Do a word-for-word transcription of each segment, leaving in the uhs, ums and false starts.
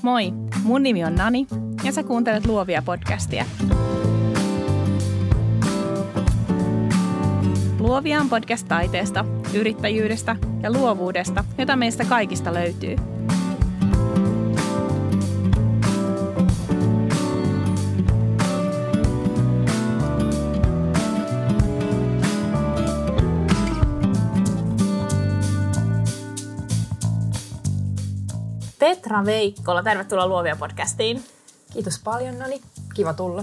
Moi, mun nimi on Nani ja sä kuuntelet Luovia podcastia. Luovia on podcast taiteesta, yrittäjyydestä ja luovuudesta, jota meistä kaikista löytyy. Petra Veikkola, tervetuloa Luovia podcastiin. Kiitos paljon, Nani. Kiva tulla.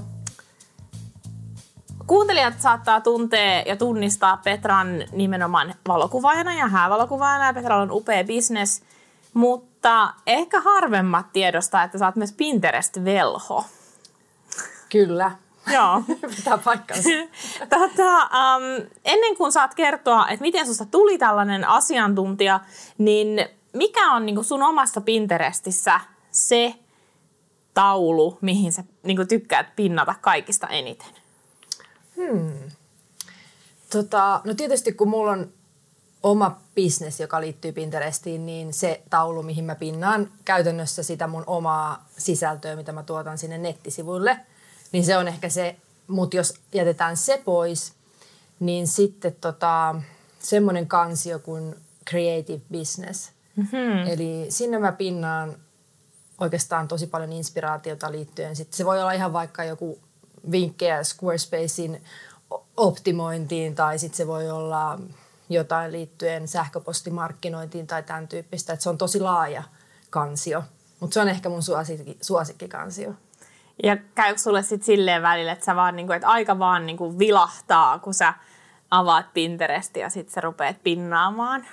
Kuuntelijat saattaa tuntea ja tunnistaa Petran nimenomaan valokuvaajana ja häävalokuvaajana, ja Petralla on upea business, mutta ehkä harvemmat tiedostaa, että sä oot myös Pinterest-velho. Kyllä. Joo. Pitää paikkansa. Tota, um, ennen kuin saat kertoa, että miten susta tuli tällainen asiantuntija, niin mikä on niin kuin sun omassa Pinterestissä se taulu, mihin sä niin kuin tykkäät pinnata kaikista eniten? Hmm. Tota, no tietysti kun mulla on oma business, joka liittyy Pinterestiin, niin se taulu, mihin mä pinnaan käytännössä sitä mun omaa sisältöä, mitä mä tuotan sinne nettisivuille, niin se on ehkä se, mutta jos jätetään se pois, niin sitten tota, semmoinen kansio kuin Creative Business. Mm-hmm. Eli sinne mä pinnaan oikeastaan tosi paljon inspiraatiota liittyen. Sitten se voi olla ihan vaikka joku vinkkejä Squarespacein optimointiin tai sitten se voi olla jotain liittyen sähköpostimarkkinointiin tai tämän tyyppistä. Että se on tosi laaja kansio, mutta se on ehkä mun suosikki, suosikkikansio. Ja käykö sulle sitten silleen välillä, että, sä vaan, niinku, että aika vaan niinku vilahtaa, kun sä avaat Pinterestin ja sitten sä rupeat pinnaamaan?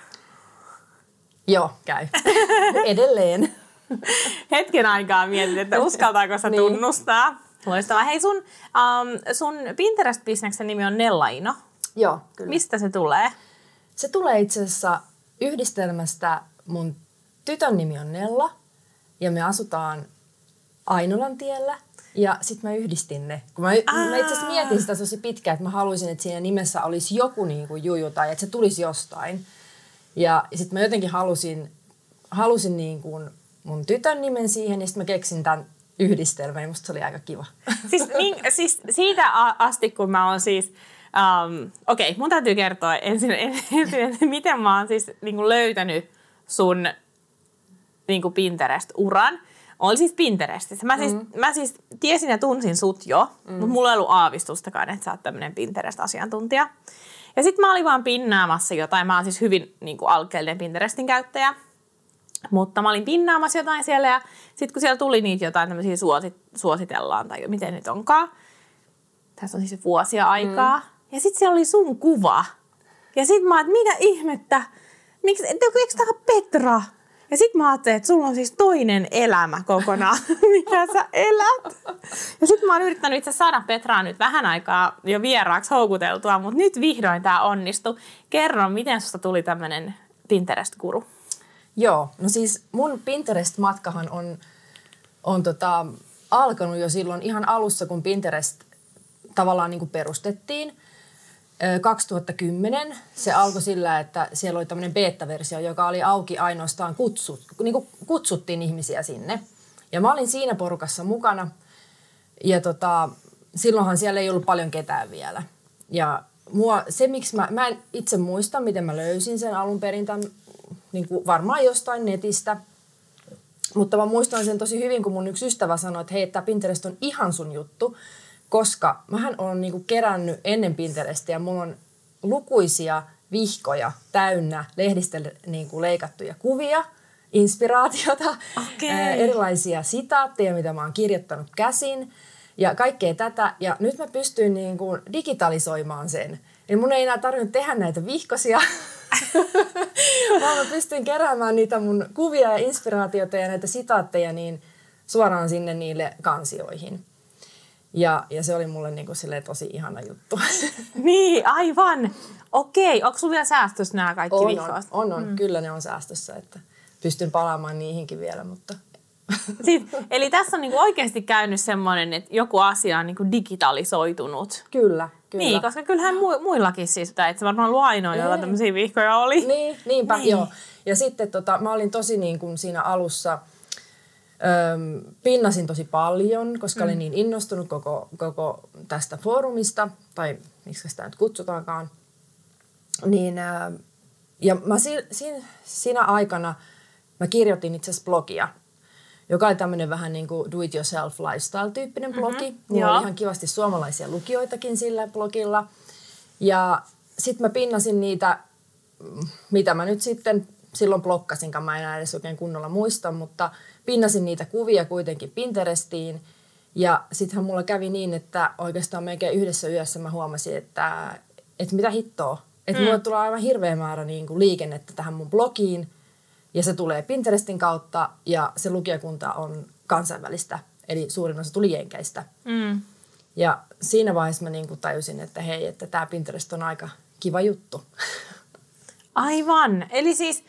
Joo, käy. Edelleen. Hetken aikaa mietit, että uskaltaako sä niin. tunnustaa. Loistavaa. Hei, sun, um, sun Pinterest-bisneksen nimi on Nellaino. Joo, kyllä. Mistä se tulee? Se tulee itse asiassa yhdistelmästä. Mun tytön nimi on Nella ja me asutaan Ainolan tiellä. Ja sit mä yhdistin ne. Kun mä, mä itse asiassa mietin sitä tosi pitkään, että mä haluaisin, että siinä nimessä olisi joku niin kuin juju tai että se tulisi jostain. Ja sit mä jotenkin halusin, halusin niin kuin mun tytön nimen siihen ja sit mä keksin tämän yhdistelmän ja musta se oli aika kiva. Siis, niin, siis siitä asti, kun mä oon siis, um, okei, okay, mun täytyy kertoa ensin, ensin että miten mä oon siis niin kuin löytänyt sun niin kuin Pinterest-uran. Oli siis Pinterestissä. Mä siis, mm. mä siis tiesin ja tunsin sut jo, mm. mutta mulla ei ollut aavistustakaan, että sä oot tämmönen Pinterest-asiantuntija. Ja sit mä olin vaan pinnaamassa jotain. Mä oon siis hyvin niin kuin alkeellinen Pinterestin käyttäjä. Mutta mä olin pinnaamassa jotain siellä ja sit kun siellä tuli niitä jotain tämmöisiä suosit, suositellaan tai miten nyt onkaan. Tässä on siis vuosia aikaa. Mm. Ja sit siellä oli sun kuva. Ja sit mä oon, että mitä ihmettä? Miksi, eikö tää ole Petra? Ja sit mä ajattelin, että sulla on siis toinen elämä kokonaan, mitä sä elät. Ja sit mä oon yrittänyt itse saada Petraa nyt vähän aikaa jo vieraaksi houkuteltua, mutta nyt vihdoin tää onnistui. Kerro, miten susta tuli tämmönen Pinterest-guru? Joo, no siis mun Pinterest-matkahan on, on tota, alkanut jo silloin ihan alussa, kun Pinterest tavallaan niin kuin perustettiin. kaksituhattakymmenen se alkoi sillä, että siellä oli tämmöinen beta-versio, joka oli auki ainoastaan kutsut, niin kuin kutsuttiin ihmisiä sinne. Ja mä olin siinä porukassa mukana ja tota, silloinhan siellä ei ollut paljon ketään vielä. Ja mua, se miksi mä, mä en itse muista, miten mä löysin sen alun perin tämän, niin kuin varmaan jostain netistä. Mutta mä muistan sen tosi hyvin, kun mun yksi ystävä sanoi, että hei, tämä Pinterest on ihan sun juttu. Koska mähän olen niinku kerännyt ennen Pinterestia, mulla on lukuisia vihkoja täynnä lehdistä niinku leikattuja kuvia, inspiraatiota, okay. ää, erilaisia sitaatteja, mitä mä oon kirjoittanut käsin ja kaikkea tätä. Ja nyt mä pystyn niinku digitalisoimaan sen. Eli mun ei enää tarvinnut tehdä näitä vihkosia, vaan mä pystyn keräämään niitä mun kuvia ja inspiraatiota ja näitä sitaatteja niin suoraan sinne niille kansioihin. Ja, ja se oli mulle niinku tosi ihana juttu. Niin, aivan. Okei, onko sulla vielä säästössä nämä kaikki on, vihkoista? On, on, on. Mm. Kyllä ne on säästössä, että pystyn palaamaan niihinkin vielä, mutta... Siis, eli tässä on niinku oikeasti käynyt semmoinen, että joku asia on niinku digitalisoitunut. Kyllä, kyllä. Niin, koska kyllähän mu- muillakin siis, että se varmaan ollut ainoa, joilla tämmöisiä vihkoja oli. Niin, niinpä, niin. Joo. Ja sitten tota, mä olin tosi niin kuin siinä alussa Öm, pinnasin tosi paljon, koska mm. olin niin innostunut koko, koko tästä foorumista, tai miksi sitä nyt kutsutaankaan. Niin, ö, ja mä si, si, siinä aikana mä kirjoitin itse asiassa blogia, joka oli tämmöinen vähän niin kuin do-it-yourself lifestyle-tyyppinen blogi. Mm-hmm. Mulla oli ihan kivasti suomalaisia lukijoitakin sillä blogilla. Ja sitten mä pinnasin niitä, mitä mä nyt sitten silloin blokkasinkaan, mä en enää edes oikein kunnolla muista, mutta pinnasin niitä kuvia kuitenkin Pinterestiin. Ja sittenhän mulla kävi niin, että oikeastaan melkein yhdessä yössä mä huomasin, että, että mitä hittoa. Että mm. mulle tulee aivan hirveä määrä niin kuin liikennettä tähän mun blogiin. Ja se tulee Pinterestin kautta ja se lukijakunta on kansainvälistä. Eli suurin osa tuli Jenkeistä. Mm. Ja siinä vaiheessa mä niin kuin tajusin, että hei, että tää Pinterest on aika kiva juttu. Aivan. Eli siis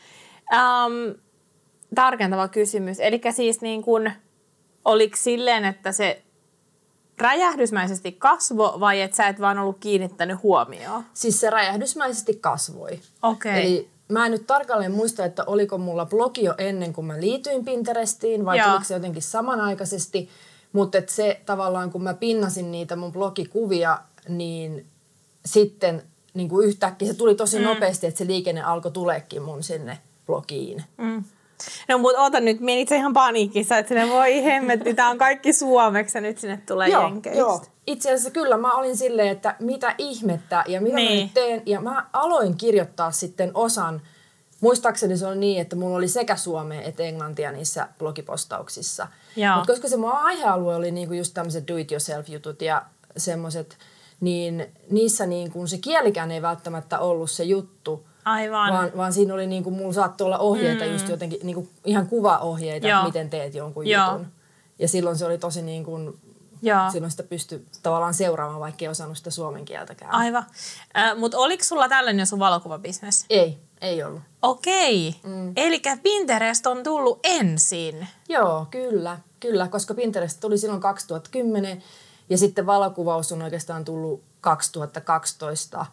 ähm, tarkentava kysymys. Eli siis niin kuin, oliko silleen, että se räjähdysmäisesti kasvoi vai että sä et vaan ollut kiinnittänyt huomioon? Siis se räjähdysmäisesti kasvoi. Okei. Okay. Eli mä en nyt tarkalleen muista, että oliko mulla blogi jo ennen kuin mä liityin Pinterestiin vai tuliko se jotenkin samanaikaisesti. Mutta se tavallaan, kun mä pinnasin niitä mun blogikuvia, niin sitten niin kuin yhtäkkiä se tuli tosi mm. nopeasti, että se liikenne alkoi tuleekin mun sinne blogiin. Mm. No mutta oota nyt, menit se ihan paniikissa, että sinne voi hemmetti, tää on kaikki suomeksi ja nyt sinne tulee joo, jenkeistä. Joo, itse asiassa kyllä mä olin silleen, että mitä ihmettä ja mitä niin. mä nyt teen. Ja mä aloin kirjoittaa sitten osan, muistaakseni se oli niin, että mulla oli sekä suomea että englantia niissä blogipostauksissa. Mutta koska se mun aihealue oli niinku just tämmöiset do-it-yourself-jutut ja semmoiset, niin niissä niinku se kielikään ei välttämättä ollut se juttu. Aivan. Vaan, vaan siinä oli niinku, mulla saattoi olla ohjeita mm. just jotenkin, niinku ihan kuvaohjeita, että miten teet jonkun Joo. jutun. Ja silloin se oli tosi niin kuin, silloin sitä pystyi tavallaan seuraamaan, vaikka ei osannut sitä suomen kieltäkään. Aivan. Äh, mutta oliko sulla tällainen jo sun valokuvabisnes? Ei, ei ollut. Okei. Mm. Eli Pinterest on tullut ensin. Joo, kyllä. Kyllä, koska Pinterest tuli silloin kaksituhattakymmenen ja sitten valokuvaus on oikeastaan tullut kaksituhattakaksitoista,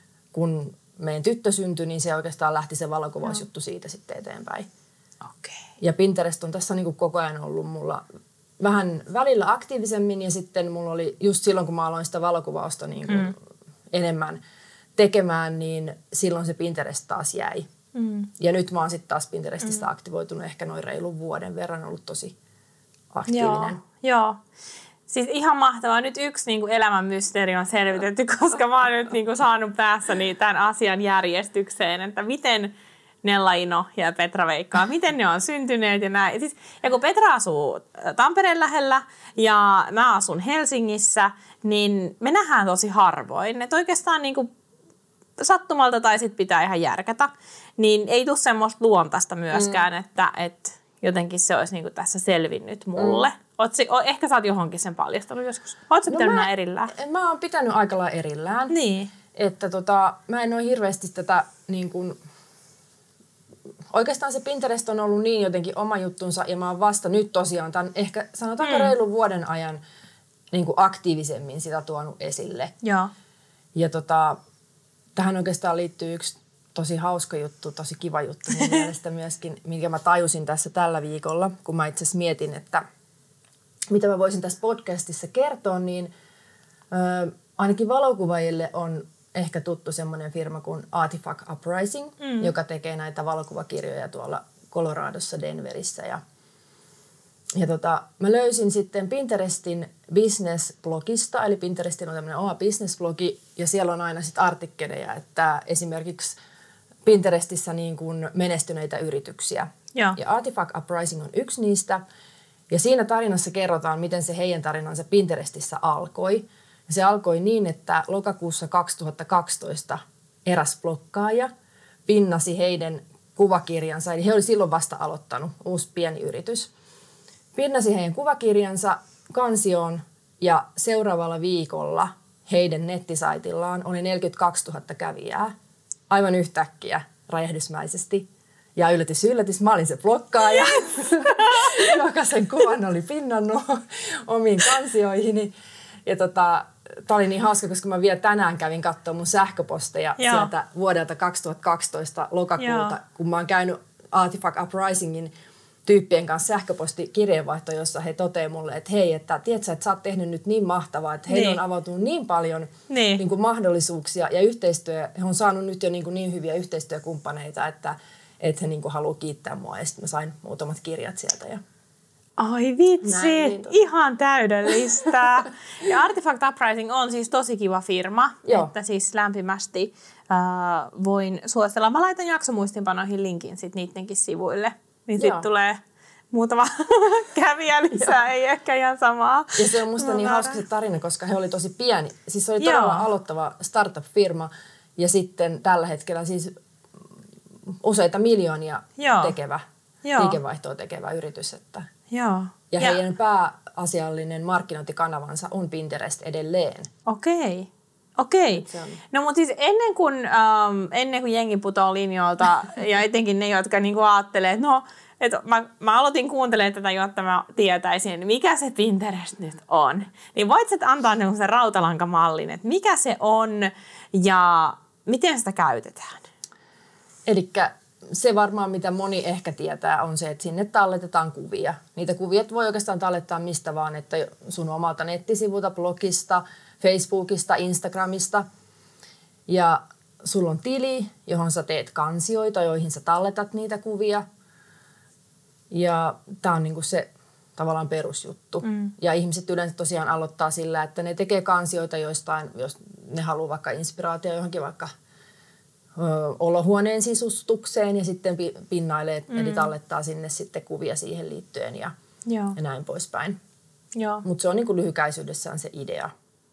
kun meidän tyttö syntyi, niin se oikeastaan lähti se valokuvausjuttu siitä sitten eteenpäin. Okay. Ja Pinterest on tässä niin kuin koko ajan ollut mulla vähän välillä aktiivisemmin ja sitten mulla oli just silloin, kun mä aloin sitä valokuvausta niin kuin mm. enemmän tekemään, niin silloin se Pinterest taas jäi. Mm. Ja nyt mä oon sitten taas Pinterestistä mm. aktivoitunut ehkä noin reilun vuoden verran, ollut tosi aktiivinen. Joo, joo. Siis ihan mahtavaa. Nyt yksi niin kuin elämän mysteeri on selvitetty, koska mä oon nyt niin kuin saanut päässäni tämän asian järjestykseen, että miten Nella Ino ja Petra Veikkaa, miten ne on syntyneet ja näin. Siis, ja kun Petra asuu Tampereen lähellä ja mä asun Helsingissä, niin me nähdään tosi harvoin. Että oikeastaan niin kuin sattumalta tai sit pitää ihan järkätä, niin ei tule semmoista luontaista myöskään, mm. että, että jotenkin se olisi niin kuin tässä selvinnyt mulle. Mm. Ootko, ehkä sä oot johonkin sen paljastanut joskus. Ootko no pitänyt nämä erillään? Mä oon pitänyt aika lailla erillään. Niin. Että tota, mä en ole hirveästi tätä niin kuin oikeastaan se Pinterest on ollut niin jotenkin oma juttunsa ja mä oon vasta nyt tosiaan tämän ehkä sanotaanko mm. reilun vuoden ajan niin kuin aktiivisemmin sitä tuonut esille. Joo. Ja tota, tähän oikeastaan liittyy yksi tosi hauska juttu, tosi kiva juttu mun mielestä myöskin, minkä mä tajusin tässä tällä viikolla, kun mä itse asiassa mietin, että mitä mä voisin tässä podcastissa kertoa, niin ö, ainakin valokuvaajille on ehkä tuttu semmoinen firma kuin Artifact Uprising, mm. joka tekee näitä valokuvakirjoja tuolla Coloradossa, Denverissä. Ja, ja tota, mä löysin sitten Pinterestin business-blogista, eli Pinterestin on tämmöinen oma business-blogi, ja siellä on aina sitten artikkeleja, että esimerkiksi Pinterestissä niin kuin menestyneitä yrityksiä. Ja. ja Artifact Uprising on yksi niistä. Ja siinä tarinassa kerrotaan, miten se heidän tarinansa Pinterestissä alkoi. Se alkoi niin, että lokakuussa kaksituhattakaksitoista eräs blokkaaja pinnasi heidän kuvakirjansa, eli he oli silloin vasta aloittanut, uusi pieni yritys. Pinnasi heidän kuvakirjansa kansioon ja seuraavalla viikolla heidän nettisaitillaan oli neljäkymmentäkaksituhatta kävijää. Aivan yhtäkkiä, räjähdysmäisesti. Ja yllätys, yllätys, mä olin se blokkaaja, joka sen kuvan oli pinnannut omiin kansioihini. Ja tota, tää oli niin hauska, koska mä vielä tänään kävin katsoa mun sähköposteja Joo. sieltä vuodelta kaksituhattakaksitoista lokakuuta, Joo. kun mä oon käynyt Artifact Uprisingin tyyppien kanssa sähköpostikirjeenvaihto, jossa he toteavat mulle, että hei, että tiedätkö, että sä oot tehnyt nyt niin mahtavaa, että heillä niin. on avautunut niin paljon niin. Niin kuin mahdollisuuksia ja yhteistyö, he on saanut nyt jo niin, kuin niin hyviä yhteistyökumppaneita, että, että he niin kuin haluaa kiittää mua ja sitten mä sain muutamat kirjat sieltä. Ja ai vitsi, näin, niin tota. Ihan täydellistä. Ja Artifact Uprising on siis tosi kiva firma, Joo. että siis lämpimästi äh, voin suositella. Mä laitan jaksomuistinpanoihin linkin sit niidenkin sivuille, niin sitten tulee muutama kävijä lisää, ei ehkä ihan samaa. Ja se on musta niin hauska se tarina, koska he oli tosi pieni. Siis se oli todella Joo. aloittava startup-firma ja sitten tällä hetkellä siis useita miljoonia Joo. tekevä, Joo. liikevaihtoa tekevä yritys. Että Joo. Ja, ja heidän pääasiallinen markkinointikanavansa on Pinterest edelleen. Okei. Okei. No mutta siis ennen kuin, ähm, ennen kuin jengi putoaa linjoilta ja etenkin ne, jotka niinku ajattelee, että no, että mä, mä aloitin kuuntelemaan tätä, jotta mä tietäisin, mikä se Pinterest nyt on. Niin voit sä antaa niinku sen rautalankamallin, että mikä se on ja miten sitä käytetään? Elikkä se varmaan, mitä moni ehkä tietää, on se, että sinne talletetaan kuvia. Niitä kuvia voi oikeastaan tallettaa mistä vaan, että sun omalta nettisivulta, blogista, Facebookista, Instagramista. Ja sulla on tili, johon sä teet kansioita, joihin sä talletat niitä kuvia. Ja tää on niinku se tavallaan perusjuttu. Mm. Ja ihmiset yleensä tosiaan aloittaa sillä, että ne tekee kansioita joistain, jos ne haluaa vaikka inspiraatio johonkin vaikka olohuoneen sisustukseen ja sitten pinnailee, mm. eli tallettaa sinne sitten kuvia siihen liittyen ja, ja näin poispäin. Mutta se on niin kuin lyhykäisyydessään se idea.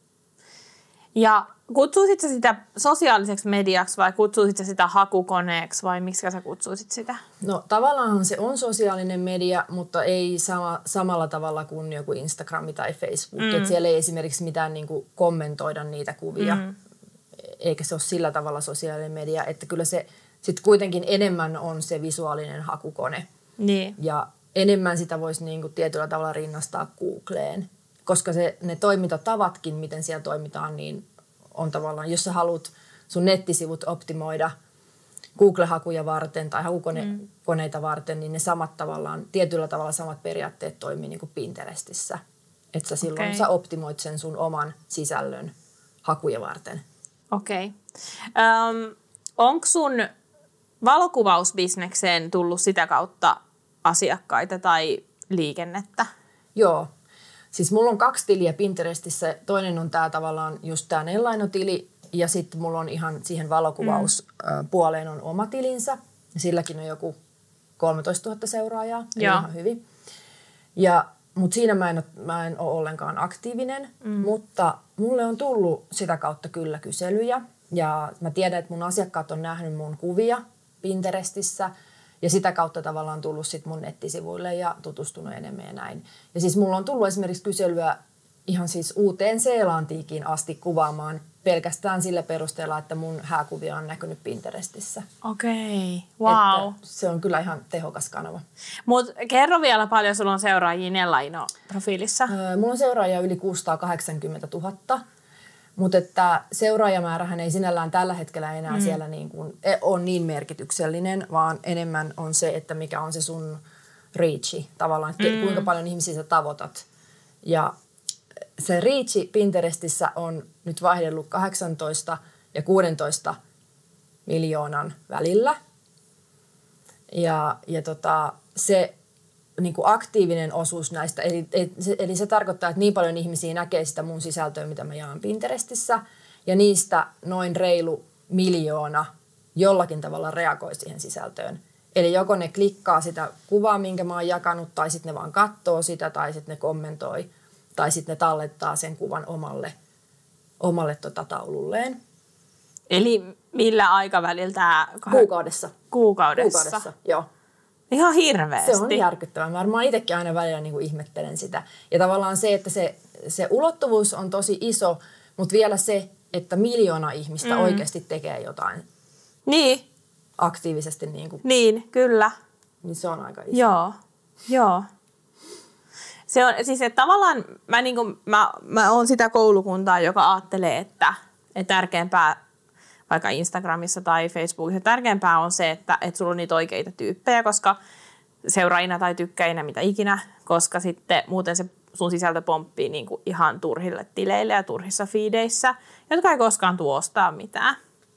Ja kutsuisit sä sitä sosiaaliseksi mediaksi vai kutsuisit sä sitä hakukoneeksi vai miksi sä kutsuisit sitä? No tavallaan se on sosiaalinen media, mutta ei sama, samalla tavalla kuin joku Instagram tai Facebook. Mm. Et siellä ei esimerkiksi mitään niin kuin kommentoida niitä kuvia. Mm. Eikä se ole sillä tavalla sosiaalinen media, että kyllä se sitten kuitenkin enemmän on se visuaalinen hakukone. Niin. Ja enemmän sitä voisi niinku tietyllä tavalla rinnastaa Googleen, koska se, ne toimintatavatkin, miten siellä toimitaan, niin on tavallaan, jos sä haluat sun nettisivut optimoida Google-hakuja varten tai hakukoneita mm. varten, niin ne samat tavallaan, tietyllä tavalla samat periaatteet toimii niin kuin Pinterestissä. Että sä silloin okay. sä optimoit sen sun oman sisällön hakuja varten. Okei. Okay. Um, onko sun valokuvausbisnekseen tullut sitä kautta asiakkaita tai liikennettä? Joo. Siis mulla on kaksi tiliä Pinterestissä. Toinen on tää tavallaan just tää Nellaino-tili ja sitten mulla on ihan siihen valokuvauspuoleen on oma tilinsä. Silläkin on joku kolmetoistatuhatta seuraajaa, eli ihan hyvin. Ja Mutta siinä mä en, ole, mä en ole ollenkaan aktiivinen, mm. mutta mulle on tullut sitä kautta kyllä kyselyjä. Ja mä tiedän, että mun asiakkaat on nähnyt mun kuvia Pinterestissä ja sitä kautta tavallaan tullut sit mun nettisivuille ja tutustunut enemmän ja näin. Ja siis mulla on tullut esimerkiksi kyselyä ihan siis Uuteen Seelantiikin asti kuvaamaan pelkästään sillä perusteella, että mun hääkuvia on näkynyt Pinterestissä. Okei, okay. Wow. Että se on kyllä ihan tehokas kanava. Mut kerro vielä paljon sulla on seuraajia Nellaino-profiilissa. Öö, mulla on seuraajia yli kuusisataakahdeksankymmentätuhatta, mutta että seuraajamäärähän ei sinällään tällä hetkellä enää mm. siellä niin kuin, ole niin merkityksellinen, vaan enemmän on se, että mikä on se sun reachi tavallaan, että mm. kuinka paljon ihmisiä sä tavoitat. Ja se reachi Pinterestissä on nyt vaihdellut kahdeksantoista ja kuusitoista miljoonan välillä. Ja, ja tota, se niin kuin aktiivinen osuus näistä, eli, eli se tarkoittaa, että niin paljon ihmisiä näkee sitä mun sisältöä, mitä mä jaan Pinterestissä, ja niistä noin reilu miljoona jollakin tavalla reagoi siihen sisältöön. Eli joko ne klikkaa sitä kuvaa, minkä mä oon jakanut, tai sitten ne vaan katsoo sitä, tai sitten ne kommentoi, tai sitten ne tallettaa sen kuvan omalle, omalle tota taululleen. Eli millä aikavälillä tämä? Kuukaudessa. Kuukaudessa? Kuukaudessa, joo. Ihan hirveästi. Se on järkyttävää. Mä varmaan itsekin aina välillä niin kuin ihmettelen sitä. Ja tavallaan se, että se, se ulottuvuus on tosi iso, mutta vielä se, että miljoona ihmistä mm. oikeasti tekee jotain. Niin. Aktiivisesti. Niin, kuin, niin, kyllä. Niin se on aika iso. Joo, joo. Se on siis, että tavallaan mä, niin kuin, mä, mä oon sitä koulukuntaa, joka ajattelee, että, että tärkeämpää vaikka Instagramissa tai Facebookissa, tärkeämpää on se, että, että sulla on niitä oikeita tyyppejä, koska seuraajina tai tykkäjinä, mitä ikinä, koska sitten muuten se sun sisältö pomppii niin kuin ihan turhille tileille ja turhissa feedeissä, jotka ei koskaan tuostaa mitään.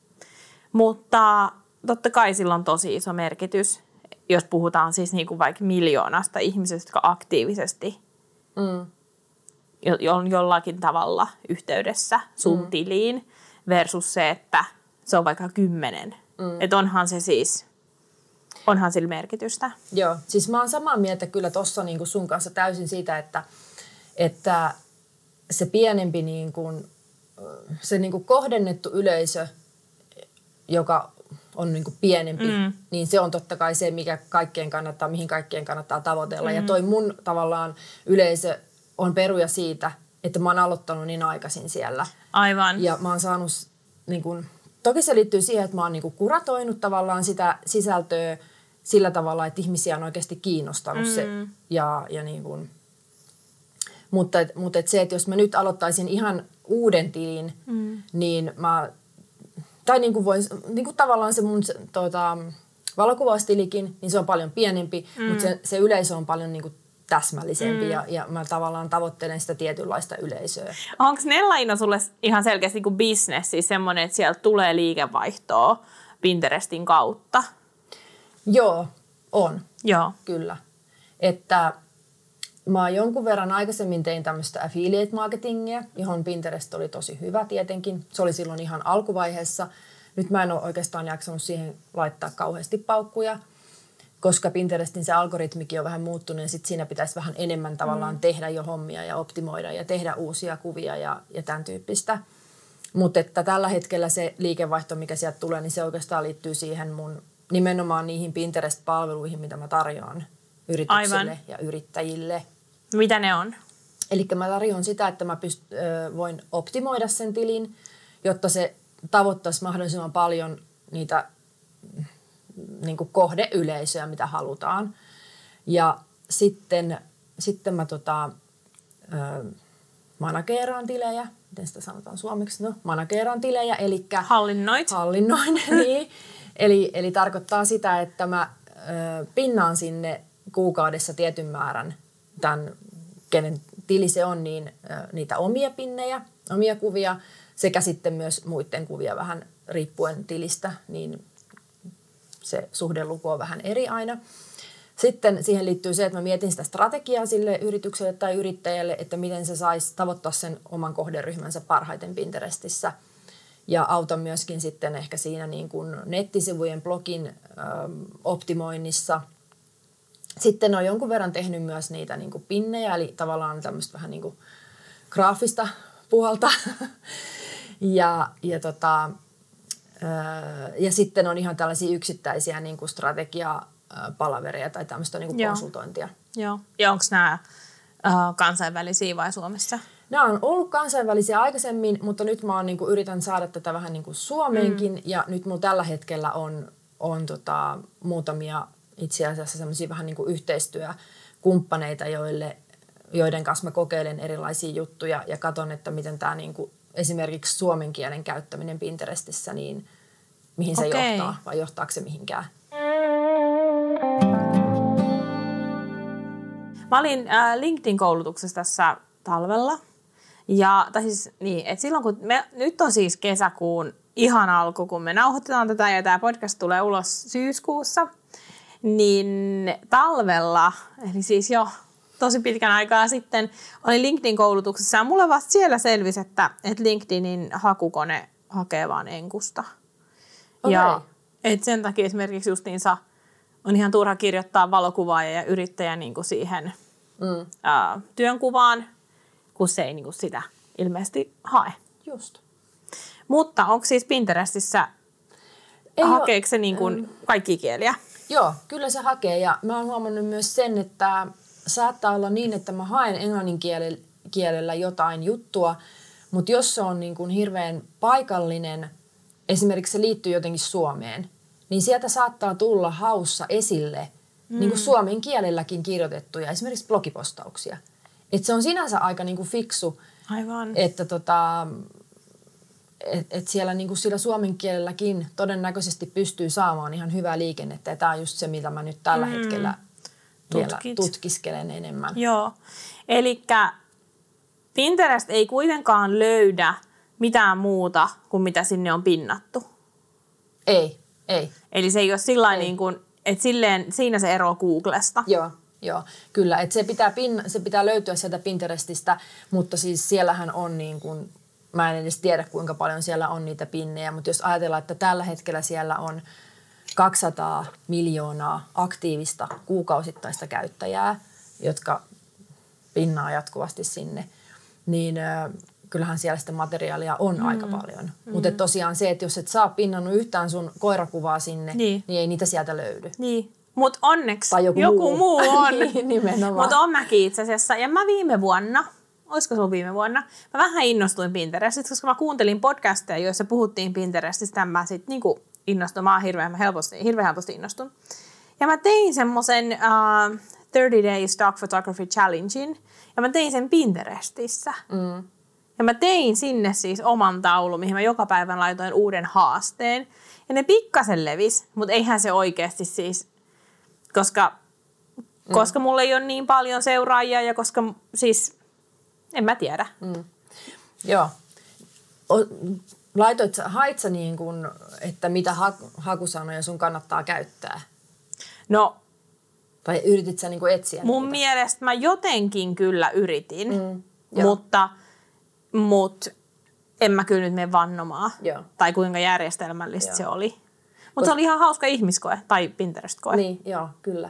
Mutta totta kai sillä on tosi iso merkitys, jos puhutaan siis niin kuin vaikka miljoonasta ihmisestä, jotka aktiivisesti mm. jo, on jollakin tavalla yhteydessä sun mm. tiliin, versus se, että se on vaikka kymmenen. Mm. Että onhan se siis, onhan sillä merkitystä. Joo, siis mä oon samaa mieltä kyllä tossa niin kuin sun kanssa täysin siitä, että, että se pienempi niin kuin, se niin kuin kohdennettu yleisö, joka on niin kuin pienempi, mm. niin se on totta kai se, mikä kaikkien kannattaa, mihin kaikkien kannattaa tavoitella. Mm. Ja toi mun tavallaan yleisö on peruja siitä, että mä oon aloittanut niin aikaisin siellä. Aivan. Ja mä oon saanut, niin kuin, toki se liittyy siihen, että mä oon niin kuin kuratoinut tavallaan sitä sisältöä sillä tavalla, että ihmisiä on oikeasti kiinnostanut mm. se. Ja, ja niin kuin, mutta mutta et se, että jos mä nyt aloittaisin ihan uuden tilin, mm. niin mä... Tai niin kuin vois, niin kuin tavallaan se mun tota, valokuvaustilikin, niin se on paljon pienempi, mm. mutta se, se yleisö on paljon niin kuin täsmällisempi mm. ja, ja mä tavallaan tavoittelen sitä tietynlaista yleisöä. Onko Nellaina sulle ihan selkeästi niin business, siis semmoinen, että sieltä tulee liikevaihtoa Pinterestin kautta? Joo, on. Joo. Kyllä. Että mä jonkun verran aikaisemmin tein tämmöistä affiliate-marketingia, johon Pinterest oli tosi hyvä tietenkin. Se oli silloin ihan alkuvaiheessa. Nyt mä en ole oikeastaan jaksanut siihen laittaa kauheasti paukkuja, koska Pinterestin se algoritmikin on vähän muuttunut ja sit siinä pitäisi vähän enemmän tavallaan mm. tehdä jo hommia ja optimoida ja tehdä uusia kuvia ja, ja tämän tyyppistä. Mutta että tällä hetkellä se liikevaihto, mikä sieltä tulee, niin se oikeastaan liittyy siihen mun nimenomaan niihin Pinterest-palveluihin, mitä mä tarjoan yrityksille Aivan. ja yrittäjille. Mitä ne on? Eli mä tarjoan sitä, että mä pyst- voin optimoida sen tilin, jotta se tavoittaisi mahdollisimman paljon niitä niin kuin kohdeyleisöjä, mitä halutaan. Ja sitten, sitten mä tota, manageeraan tilejä. Miten sitä sanotaan suomeksi? No, manageeraan tilejä, eli... Hallinnoit. Hallinnoin, niin. Eli, eli tarkoittaa sitä, että mä ö, pinnaan sinne kuukaudessa tietyn määrän tämän, kenen tili se on, niin ö, niitä omia pinnejä, omia kuvia, sekä sitten myös muiden kuvia vähän riippuen tilistä, niin se suhdeluku on vähän eri aina. Sitten siihen liittyy se, että mä mietin sitä strategiaa sille yritykselle tai yrittäjälle, että miten se saisi tavoittaa sen oman kohderyhmänsä parhaiten Pinterestissä. Ja autan myöskin sitten ehkä siinä niin kuin nettisivujen blogin ö, optimoinnissa. Sitten olen jonkun verran tehnyt myös niitä niin kuin pinnejä, eli tavallaan tämmöistä vähän niin kuin graafista puolta. ja, ja, tota, ö, ja sitten on ihan tällaisia yksittäisiä niin kuin strategiapalavereja tai tämmöistä niin kuin Joo. konsultointia. Joo. Ja onko nämä uh, kansainvälisiä vai Suomessa? Nämä on ollut kansainvälisiä aikaisemmin, mutta nyt mä oon, niin kuin, yritän saada tätä vähän niin kuin Suomeenkin. Mm. Ja nyt mulla tällä hetkellä on, on tota, muutamia itse asiassa semmoisia vähän niin kuin yhteistyökumppaneita, joille, joiden kanssa mä kokeilen erilaisia juttuja ja katson, että miten tämä niin kuin, esimerkiksi suomen kielen käyttäminen Pinterestissä, niin mihin se Okei. johtaa vai johtaako se mihinkään. Mä olin äh, LinkedIn-koulutuksessa tässä talvella. Ja, tai siis niin, että silloin kun me, nyt on siis kesäkuun ihan alku, kun me nauhoitetaan tätä ja tämä podcast tulee ulos syyskuussa, niin talvella, eli siis jo tosi pitkän aikaa sitten, olin LinkedIn-koulutuksessa ja mulle vasta siellä selvisi, että, että LinkedInin hakukone hakee vaan enkusta. Okay. Ja et sen takia esimerkiksi justiinsa on ihan turha kirjoittaa valokuvaaja ja yrittäjä niin kuin siihen mm. ää, työnkuvaan, kun se ei niin kuin sitä ilmeisesti hae. Just. Mutta onko siis Pinterestissä, ei hakeeko se niin kuin kaikkia kieliä? Joo, kyllä se hakee. Ja mä oon huomannut myös sen, että saattaa olla niin, että mä haen englannin kielellä jotain juttua, mutta jos se on niin kuin hirveän paikallinen, esimerkiksi se liittyy jotenkin Suomeen, niin sieltä saattaa tulla haussa esille mm. niin kuin suomen kielelläkin kirjoitettuja, esimerkiksi blogipostauksia. Että se on sinänsä aika niin kuin fiksu, Aivan. että tota, et, et siellä niin kuin sillä suomen kielelläkin todennäköisesti pystyy saamaan ihan hyvää liikennettä. Ja tämä on just se, mitä mä nyt tällä mm. hetkellä vielä tutkiskelen enemmän. Joo. Elikkä Pinterest ei kuitenkaan löydä mitään muuta kuin mitä sinne on pinnattu. Ei, ei. Eli se ei ole sillain niin kuin, että silleen, siinä se ero Googlesta. Joo, joo, kyllä. Että se, pitää pin, se pitää löytyä sieltä Pinterestistä, mutta siis siellähän on niin kuin, mä en edes tiedä kuinka paljon siellä on niitä pinnejä, mutta jos ajatellaan, että tällä hetkellä siellä on kaksisataa miljoonaa aktiivista kuukausittaista käyttäjää, jotka pinnaa jatkuvasti sinne, niin äh, kyllähän siellä sitä materiaalia on mm. aika paljon. Mm. Mutta tosiaan se, että jos et saa pinnannut yhtään sun koirakuvaa sinne, niin, niin ei niitä sieltä löydy. Niin. Mutta onneksi tai joku, joku muu, muu on. Nimenomaan. Mutta on mäkin itse asiassa. Ja mä viime vuonna, olisiko sulla viime vuonna, mä vähän innostuin Pinterestistä, koska mä kuuntelin podcasteja, joissa puhuttiin Pinterestistä. Ja mä sit niinku innostuin. Mä oon hirveän helposti, hirveän helposti innostun. Ja mä tein semmoisen uh, thirty day Stock Photography Challengein. Ja mä tein sen Pinterestissä. Mm. Ja mä tein sinne siis oman taulun, mihin mä joka päivän laitoin uuden haasteen. Ja ne pikkasen levis, mutta eihän se oikeasti siis, koska, mm. koska mulla ei ole niin paljon seuraajia ja koska siis, en mä tiedä. Mm. Joo. O, laitoit, hait sä niin kuin, että mitä ha, hakusanoja sun kannattaa käyttää? No. Tai yritit sä niin kuin etsiä mun niitä? mielestä mä jotenkin kyllä yritin, Mm. mutta, mutta en mä kyllä nyt mene vannomaan. Joo. Tai kuinka järjestelmällistä Joo. se oli. Mutta se oli ihan hauska ihmiskoe tai Pinterest-koe. Niin, joo, kyllä.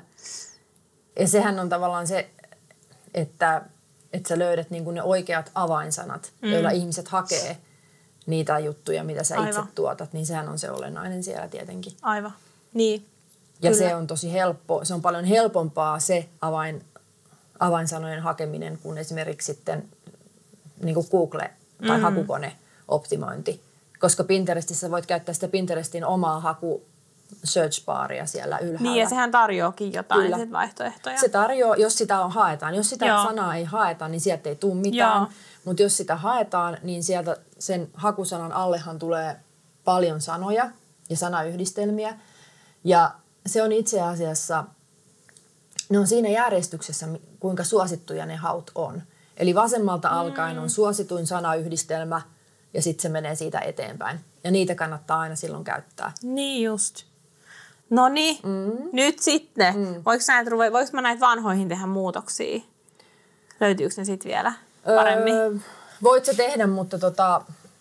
Ja sehän on tavallaan se, että, että sä löydät niin kuin ne oikeat avainsanat, mm. joilla ihmiset hakee niitä juttuja, mitä sä Aivan. itse tuotat, niin sehän on se olennainen siellä tietenkin. Aivan, niin. Ja Kyllä. se on tosi helppo, se on paljon helpompaa se avain, avainsanojen hakeminen kuin esimerkiksi sitten niin kuin Google tai mm. hakukone-optimointi. Koska Pinterestissä voit käyttää sitä Pinterestin omaa haku search baria siellä ylhäällä. Niin, ja sehän tarjoakin jotain sit vaihtoehtoja. Se tarjoaa, jos sitä haetaan. Jos sitä Joo. sanaa ei haeta, niin sieltä ei tule mitään. Joo. Mutta jos sitä haetaan, niin sieltä sen hakusanan allehan tulee paljon sanoja ja sanayhdistelmiä. Ja se on itse asiassa, ne on siinä järjestyksessä, kuinka suosittuja ne haut on. Eli vasemmalta mm. alkaen on suosituin sanayhdistelmä ja sitten se menee siitä eteenpäin. Ja niitä kannattaa aina silloin käyttää. Niin just. No niin, mm. nyt sitten. Mm. Voinko, näitä, voinko mä näitä vanhoihin tehdä muutoksia? Löytyykö ne sitten vielä paremmin? Öö, voit se tehdä, mutta, tota,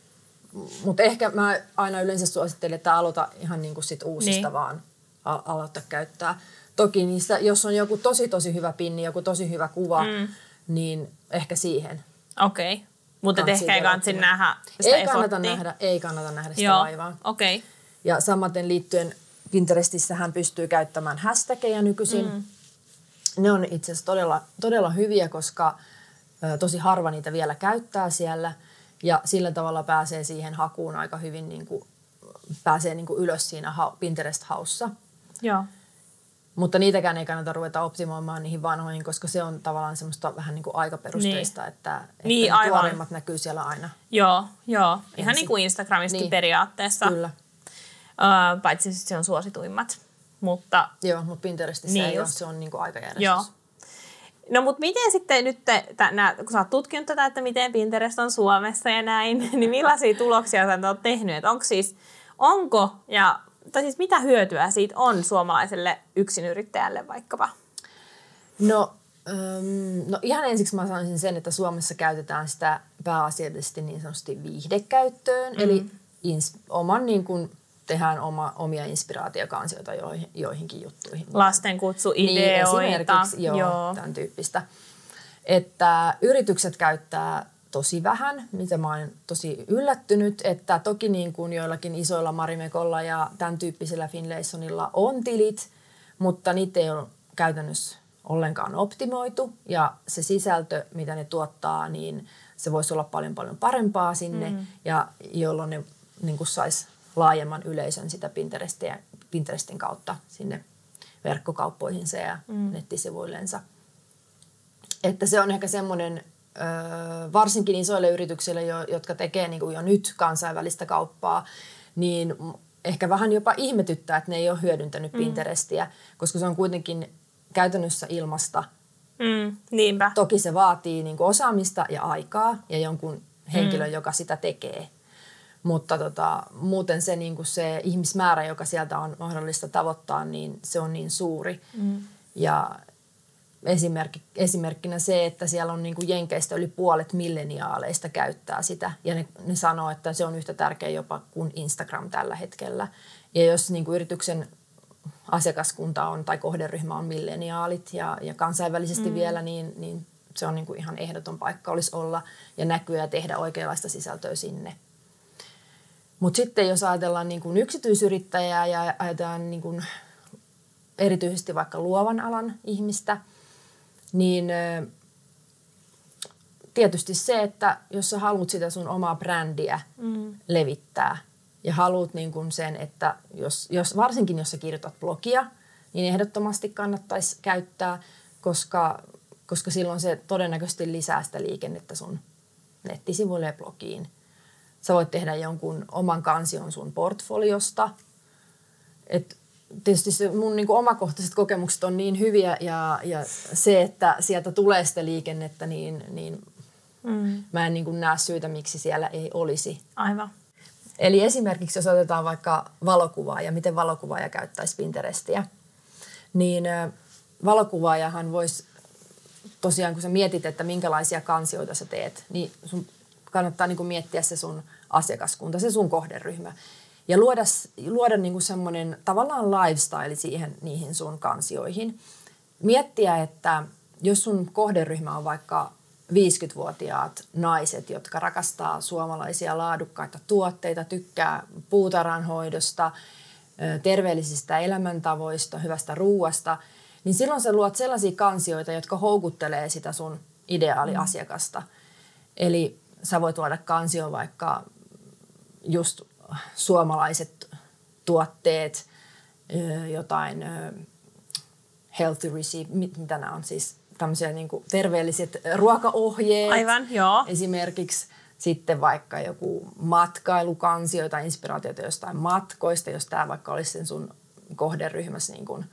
mutta ehkä mä aina yleensä suosittelen, että aloita ihan niin kuin sit uusista niin. vaan al- aloittaa käyttää. Toki niissä, jos on joku tosi tosi hyvä pinni, joku tosi hyvä kuva, mm. niin ehkä siihen. Okei, okay. Mutta ehkä ei kannata nähdä sitä ei kannata nähdä, ei kannata nähdä sitä vaivaa. Okei. Okay. Ja samaten liittyen Pinterestissähän pystyy käyttämään hashtageja nykyisin. Mm. Ne on itse asiassa todella, todella hyviä, koska ö, tosi harva niitä vielä käyttää siellä. Ja sillä tavalla pääsee siihen hakuun aika hyvin, niin kuin, pääsee niin kuin ylös siinä ha- Pinterest-haussa. Joo. Mutta niitäkään ei kannata ruveta optimoimaan niihin vanhoihin, koska se on tavallaan semmoista vähän niin kuin aikaperusteista, niin. että, että niin, tuoreimmat näkyy siellä aina. Joo, joo. Ihan niin kuin Instagramissakin niin. periaatteessa. Kyllä. Uh, paitsi se on suosituimmat. Mutta, joo, mutta Pinterestissä niin ei just. ole, se on niin kuin aikajärjestys. Joo. No mutta miten sitten nyt, te, tä, nää, kun sä oot tutkinut tätä, että miten Pinterest on Suomessa ja näin, niin millaisia tuloksia sä oot tehnyt? Et onko siis, onko ja, tai siis mitä hyötyä siitä on suomalaiselle yksinyrittäjälle vaikkapa? No, ähm, no ihan ensiksi mä sanoisin sen, että Suomessa käytetään sitä pääasiallisesti niin sanotusti viihdekäyttöön, mm. eli ins, oman niin kuin, tehdään oma, omia inspiraatiokansioita joihin, joihinkin juttuihin. Lastenkutsuideoita. Niin, esimerkiksi, joo, joo, tämän tyyppistä. Että yritykset käyttää tosi vähän, mitä mä oon tosi yllättynyt, että toki niin kuin joillakin isoilla Marimekolla ja tämän tyyppisellä Finlaysonilla on tilit, mutta niitä ei ole käytännössä ollenkaan optimoitu ja se sisältö, mitä ne tuottaa, niin se voisi olla paljon paljon parempaa sinne mm. ja jolloin ne niin kuin sais laajemman yleisön sitä Pinterestin kautta sinne verkkokauppoihinsa ja mm. nettisivuillensa. Että se on ehkä semmoinen, varsinkin isoille yrityksille, jotka tekee niin kuin jo nyt kansainvälistä kauppaa, niin ehkä vähän jopa ihmetyttää, että ne ei ole hyödyntänyt mm. Pinterestiä, koska se on kuitenkin käytännössä ilmasta. Mm, niinpä. Toki se vaatii niin kuin osaamista ja aikaa ja jonkun henkilön, mm. joka sitä tekee. Mutta tota, muuten se, niin kuin se ihmismäärä, joka sieltä on mahdollista tavoittaa, niin se on niin suuri. Mm. Ja esimerkki, esimerkkinä se, että siellä on niin kuin Jenkeistä yli puolet milleniaaleista käyttää sitä. Ja ne, ne sanoo, että se on yhtä tärkeä jopa kuin Instagram tällä hetkellä. Ja jos niin kuin yrityksen asiakaskunta on tai kohderyhmä on milleniaalit ja, ja kansainvälisesti mm. vielä, niin, niin se on niin kuin ihan ehdoton paikka olisi olla ja näkyä ja tehdä oikeanlaista sisältöä sinne. Mutta sitten jos ajatellaan niin kuin yksityisyrittäjää ja ajatellaan niin kuin erityisesti vaikka luovan alan ihmistä, niin tietysti se, että jos sä haluat sitä sun omaa brändiä mm. levittää ja haluat niin kuin sen, että jos, jos, varsinkin jos sä kirjoitat blogia, niin ehdottomasti kannattaisi käyttää, koska, koska silloin se todennäköisesti lisää sitä liikennettä sun nettisivuille ja blogiin. Sä voit tehdä jonkun oman kansion sun portfoliosta. Et tietysti se mun niinku omakohtaiset kokemukset on niin hyviä ja, ja se, että sieltä tulee sitä liikennettä, niin, niin mm. mä en niinku näe syytä, miksi siellä ei olisi. Aivan. Eli esimerkiksi jos otetaan vaikka valokuvaa ja miten valokuvaaja käyttäisi Pinterestiä, niin valokuvaajahan voisi tosiaan, kun sä mietit, että minkälaisia kansioita sä teet, niin sun kannattaa niinku miettiä se sun asiakaskunta, se sun kohderyhmä. Ja luoda, luoda niinku semmoinen tavallaan lifestyle siihen, niihin sun kansioihin. Miettiä, että jos sun kohderyhmä on vaikka viisikymmentävuotiaat naiset, jotka rakastaa suomalaisia laadukkaita tuotteita, tykkää puutarhanhoidosta, terveellisistä elämäntavoista, hyvästä ruuasta, niin silloin sä luot sellaisia kansioita, jotka houkuttelee sitä sun ideaaliasiakasta. Mm. Eli sä voit luoda kansion vaikka just suomalaiset tuotteet, jotain healthy recipe, mitä nämä on siis tämmöisiä niin kuin terveelliset ruokaohjeet. Aivan, joo. Esimerkiksi sitten vaikka joku matkailukansio tai inspiraatiota jostain matkoista, jos tämä vaikka olisi sen sun kohderyhmässä, niin kuin,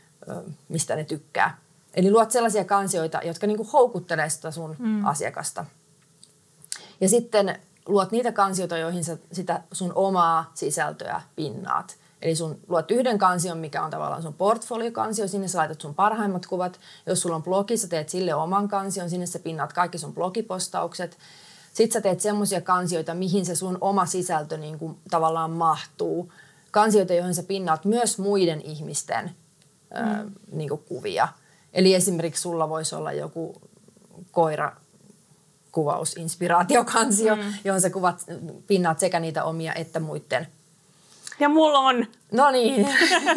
mistä ne tykkää. Eli luot sellaisia kansioita, jotka niin kuin houkuttelee sitä sun mm. asiakasta. Ja sitten luot niitä kansioita, joihin sä sitä sun omaa sisältöä pinnaat. Eli sun luot yhden kansion, mikä on tavallaan sun portfoliokansio, sinne sä laitat sun parhaimmat kuvat. Jos sulla on blogi, sä teet sille oman kansion, sinne sä pinnaat kaikki sun blogipostaukset. Sitten sä teet semmoisia kansioita, mihin se sun oma sisältö niin kuin tavallaan mahtuu. Kansioita, joihin sä pinnaat myös muiden ihmisten mm. ö, niin kuin kuvia. Eli esimerkiksi sulla voisi olla joku koira kuvausinspiraatiokansio, mm. johon sä kuvat, pinnaat sekä niitä omia että muiden. Ja mulla on. No niin.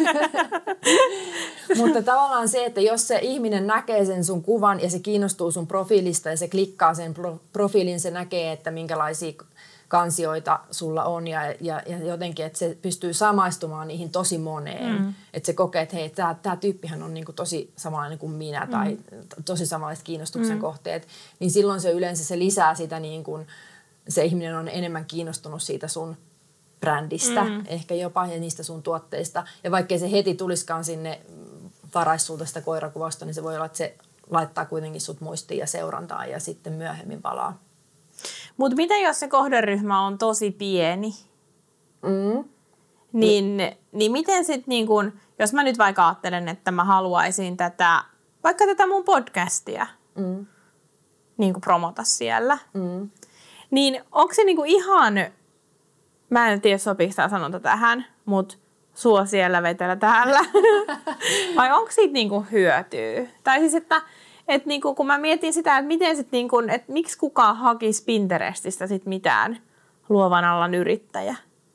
Mutta tavallaan se, että jos se ihminen näkee sen sun kuvan ja se kiinnostuu sun profiilista ja se klikkaa sen pro- profiilin, se näkee, että minkälaisia kansioita sulla on ja, ja, ja jotenkin, että se pystyy samaistumaan niihin tosi moneen. Mm. Että se kokee, että hei, tää tyyppihän on niinku tosi samanlainen kuin minä mm. tai tosi samanlaiset kiinnostuksen mm. kohteet. Niin silloin se yleensä se lisää sitä, niin kun se ihminen on enemmän kiinnostunut siitä sun brändistä, mm. ehkä jopa ja niistä sun tuotteista. Ja vaikkei se heti tuliskaan sinne varaisi sulta sitä koirakuvasta, niin se voi olla, että se laittaa kuitenkin sut muistiin ja seurantaan ja sitten myöhemmin palaa. Mutta mitä jos se kohderyhmä on tosi pieni? Mm. Niin, niin miten sitten, niin kun, jos mä nyt vaikka ajattelen, että mä haluaisin tätä, vaikka tätä mun podcastia mm. niin kun promota siellä, mm. niin onko se niin kun ihan, mä en tiedä sopiiko tämä sanonta tähän, mutta sua siellä vetellä täällä, vai onko siitä niin kun hyötyä? Tai siis, että et niinku, kun mä mietin sitä, että miten sit niinku, et miksi kukaan hakisi Pinterestistä sit mitään luovan alan yrittäjä.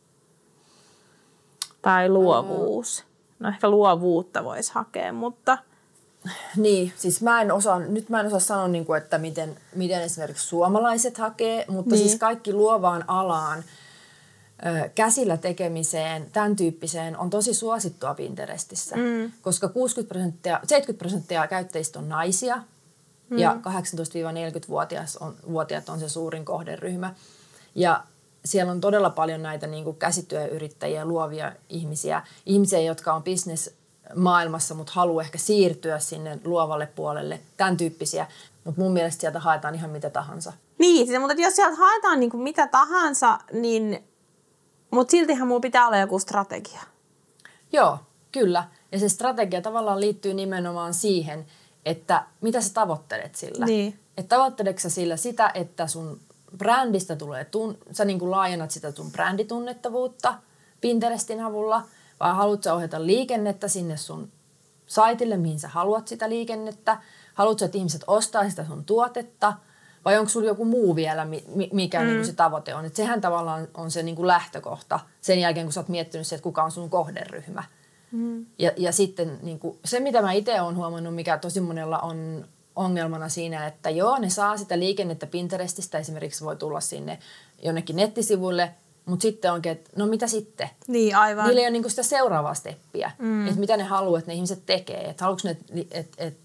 Tai luovuus. No ehkä luovuutta voisi hakea, mutta niin, siis mä en osaa, nyt mä en osaa sanoa, niinku, että miten, miten esimerkiksi suomalaiset hakee, mutta niin. Siis kaikki luovaan alaan, ö, käsillä tekemiseen, tämän tyyppiseen on tosi suosittua Pinterestissä, mm. koska kuusikymmentä prosenttia, seitsemänkymmentä prosenttia käyttäjistä on naisia mm. ja kahdeksantoista neljäkymmentä-vuotiaat on se suurin kohderyhmä. Ja siellä on todella paljon näitä niin kuin käsityöyrittäjiä, luovia ihmisiä, ihmisiä, jotka on business maailmassa, mutta haluaa ehkä siirtyä sinne luovalle puolelle, tämän tyyppisiä. Mutta mun mielestä sieltä haetaan ihan mitä tahansa. Niin, siis, mutta jos sieltä haetaan niin kuin mitä tahansa, niin mutta siltihän mulla pitää olla joku strategia. Joo, kyllä. Ja se strategia tavallaan liittyy nimenomaan siihen, että mitä sä tavoittelet sillä. Niin. Että tavoitteleksä sä sillä sitä, että sun brändistä tulee, tun- sä niin kuin laajennat sitä sun bränditunnettavuutta Pinterestin avulla, vai haluat sä ohjata liikennettä sinne sun saitille, mihin sä haluat sitä liikennettä? Haluat sä, että ihmiset ostaa sitä sun tuotetta? Vai onko sulla joku muu vielä, mikä mm. niin se tavoite on? Et sehän tavallaan on se niin kuin lähtökohta sen jälkeen, kun sä oot miettinyt se, että kuka on sun kohderyhmä. Mm. Ja, ja sitten niin kuin, se, mitä mä itse olen huomannut, mikä tosi monella on ongelmana siinä, että joo, ne saa sitä liikennettä Pinterestistä, esimerkiksi voi tulla sinne jonnekin nettisivuille, mutta sitten onkin, että no mitä sitten? Niin, aivan. Niillä ei ole niin kuin sitä seuraavaa steppiä, mm. että mitä ne haluaa, että ne ihmiset tekee. Että haluatko ne, että et,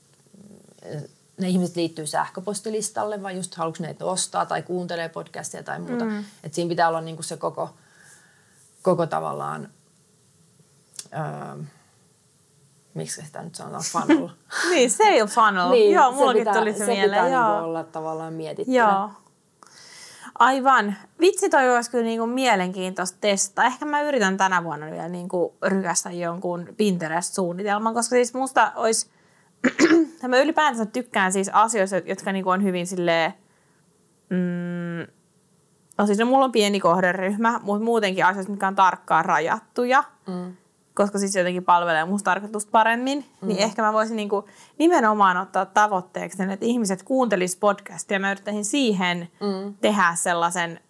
ne ihmiset liittyy sähköpostilistalle vai just haluatko ne ostaa tai kuuntelee podcastia tai muuta. Mm. Että siinä pitää olla niin kuin se koko, koko tavallaan, öö, miksi sitä nyt sanotaan, funnel. Niin, sale funnel. Niin, joo, mullakin pitää, tuli se, se mieleen. pitää joo. niinku olla tavallaan mietittynä. Joo. Aivan. Vitsi, toi olisi kyllä niinku mielenkiintoista testaa. Ehkä mä yritän tänä vuonna vielä niinku rykästä jonkun Pinterest-suunnitelman, koska siis musta olisi, mä ylipäätänsä tykkään siis asioista, jotka niinku on hyvin silleen, mm, no siis no, mulla on pieni kohderyhmä, mutta muutenkin asioista, mitkä on tarkkaan rajattuja. Mm. Koska siis jotenkin palvelee musta tarkoitusta paremmin, mm. niin ehkä mä voisin niinku nimenomaan ottaa tavoitteeksi, että ihmiset kuuntelis podcastia ja mä yrittäisin siihen mm. tehdä sellaisen,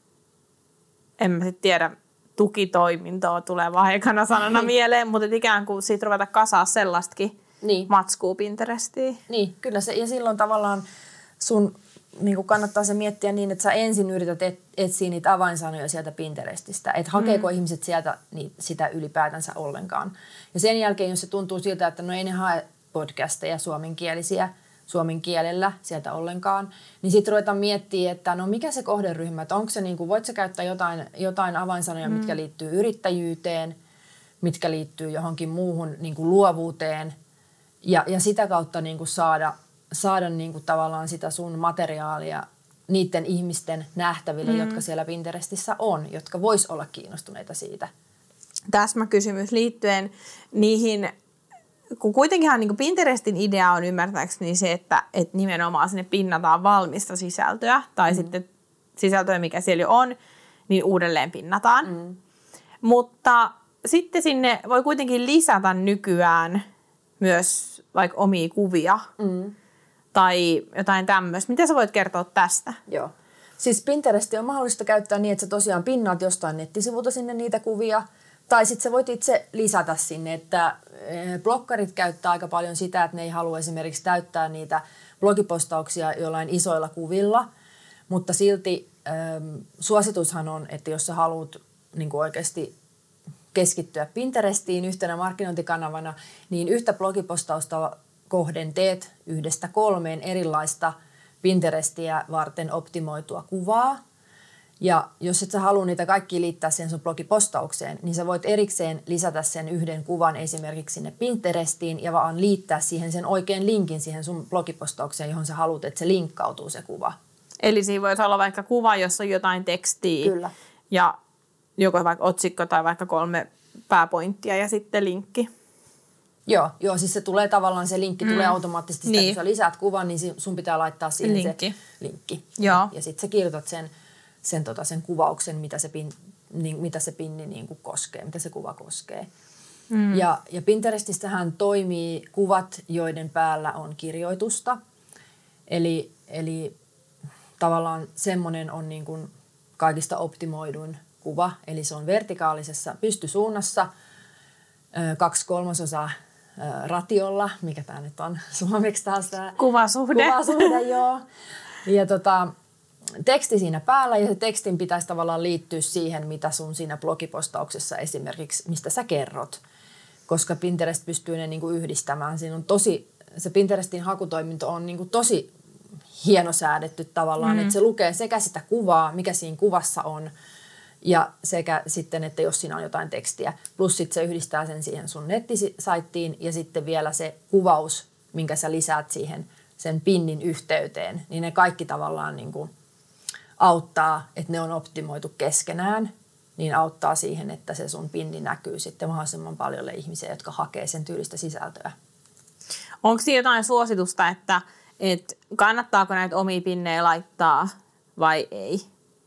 en mä sit tiedä, tukitoimintoa tulee vaan ekana sanana mieleen, mutta ikään kuin siitä ruveta kasaa sellaistakin niin. matskua Pinterestiin. Niin, kyllä se, ja silloin tavallaan sun niin kuin kannattaa se miettiä niin, että sä ensin yrität et, etsiä niitä avainsanoja sieltä Pinterestistä, että hakeeko mm. ihmiset sieltä niin, sitä ylipäätänsä ollenkaan. Ja sen jälkeen, jos se tuntuu siltä, että no ei ne hae podcasteja suomenkielisiä suomen kielellä sieltä ollenkaan, niin sitten ruvetaan miettimään, että no mikä se kohderyhmä, että onko se niin kuin, voit sä käyttää jotain, jotain avainsanoja, mm. mitkä liittyy yrittäjyyteen, mitkä liittyy johonkin muuhun niin kuin luovuuteen ja, ja sitä kautta niin kuin saada saada niin kuin tavallaan sitä sun materiaalia niiden ihmisten nähtäville, mm. jotka siellä Pinterestissä on, jotka vois olla kiinnostuneita siitä. Täsmäkysymys liittyen niihin, kun kuitenkinhan niin kuin Pinterestin idea on ymmärtääkseni se, että, että nimenomaan sinne pinnataan valmista sisältöä tai mm. sitten sisältöä, mikä siellä jo on, niin uudelleen pinnataan. Mm. Mutta sitten sinne voi kuitenkin lisätä nykyään myös vaikka omia kuvia. Mm. Tai jotain tämmöistä. Mitä sä voit kertoa tästä? Joo. Siis Pinteresti on mahdollista käyttää niin, että sä tosiaan pinnaat jostain nettisivulta sinne niitä kuvia. Tai sitten sä voit itse lisätä sinne, että bloggarit käyttää aika paljon sitä, että ne ei halua esimerkiksi täyttää niitä blogipostauksia jollain isoilla kuvilla. Mutta silti ähm, suositushan on, että jos sä haluat niin kuin oikeasti keskittyä Pinterestiin yhtenä markkinointikanavana, niin yhtä blogipostausta kohden teet yhdestä kolmeen erilaista Pinterestiä varten optimoitua kuvaa. Ja jos et sä halua niitä kaikki liittää siihen sun blogipostaukseen, niin sä voit erikseen lisätä sen yhden kuvan esimerkiksi sinne Pinterestiin ja vaan liittää siihen sen oikean linkin siihen sun blogipostaukseen, johon sä haluat, että se linkkautuu se kuva. Eli siinä voisi olla vaikka kuva, jossa on jotain tekstiä. Kyllä. Ja joko vaikka otsikko tai vaikka kolme pääpointtia ja sitten linkki. Joo, joo, siis se tulee tavallaan, se linkki mm. tulee automaattisesti sitä, niin. Kun sä lisäät kuvan, niin sun pitää laittaa siihen linkki. se linkki. Joo. Ja sitten sä kirjoitat sen, sen, tota, sen kuvauksen, mitä se, pin, niin, mitä se pinni niin kuin koskee, mitä se kuva koskee. Mm. Ja, ja Pinterestissähän toimii kuvat, joiden päällä on kirjoitusta. Eli, eli tavallaan semmoinen on niin kuin kaikista optimoiduin kuva, eli se on vertikaalisessa pystysuunnassa, kaksi kolmasosaa ratiolla, mikä tämä nyt on suomeksi taas tämä kuvasuhde. Kuvasuhde, joo. Ja tota, teksti siinä päällä ja se tekstin pitäisi tavallaan liittyä siihen, mitä sun siinä blogipostauksessa esimerkiksi, mistä sä kerrot. Koska Pinterest pystyy ne niinku yhdistämään. Siinä on tosi, se Pinterestin hakutoiminto on niinku tosi hienosäädetty tavallaan, mm. että se lukee sekä sitä kuvaa, mikä siinä kuvassa on, Ja sekä sitten, että jos siinä on jotain tekstiä. Plus sitten se yhdistää sen siihen sun nettisaittiin ja sitten vielä se kuvaus, minkä sä lisäät siihen sen pinnin yhteyteen. Niin ne kaikki tavallaan niin kuin auttaa, että ne on optimoitu keskenään. Niin auttaa siihen, että se sun pinni näkyy sitten mahdollisimman paljolle ihmisiä, jotka hakee sen tyylistä sisältöä. Onko siinä jotain suositusta, että, että kannattaako näitä omia pinnejä laittaa vai ei?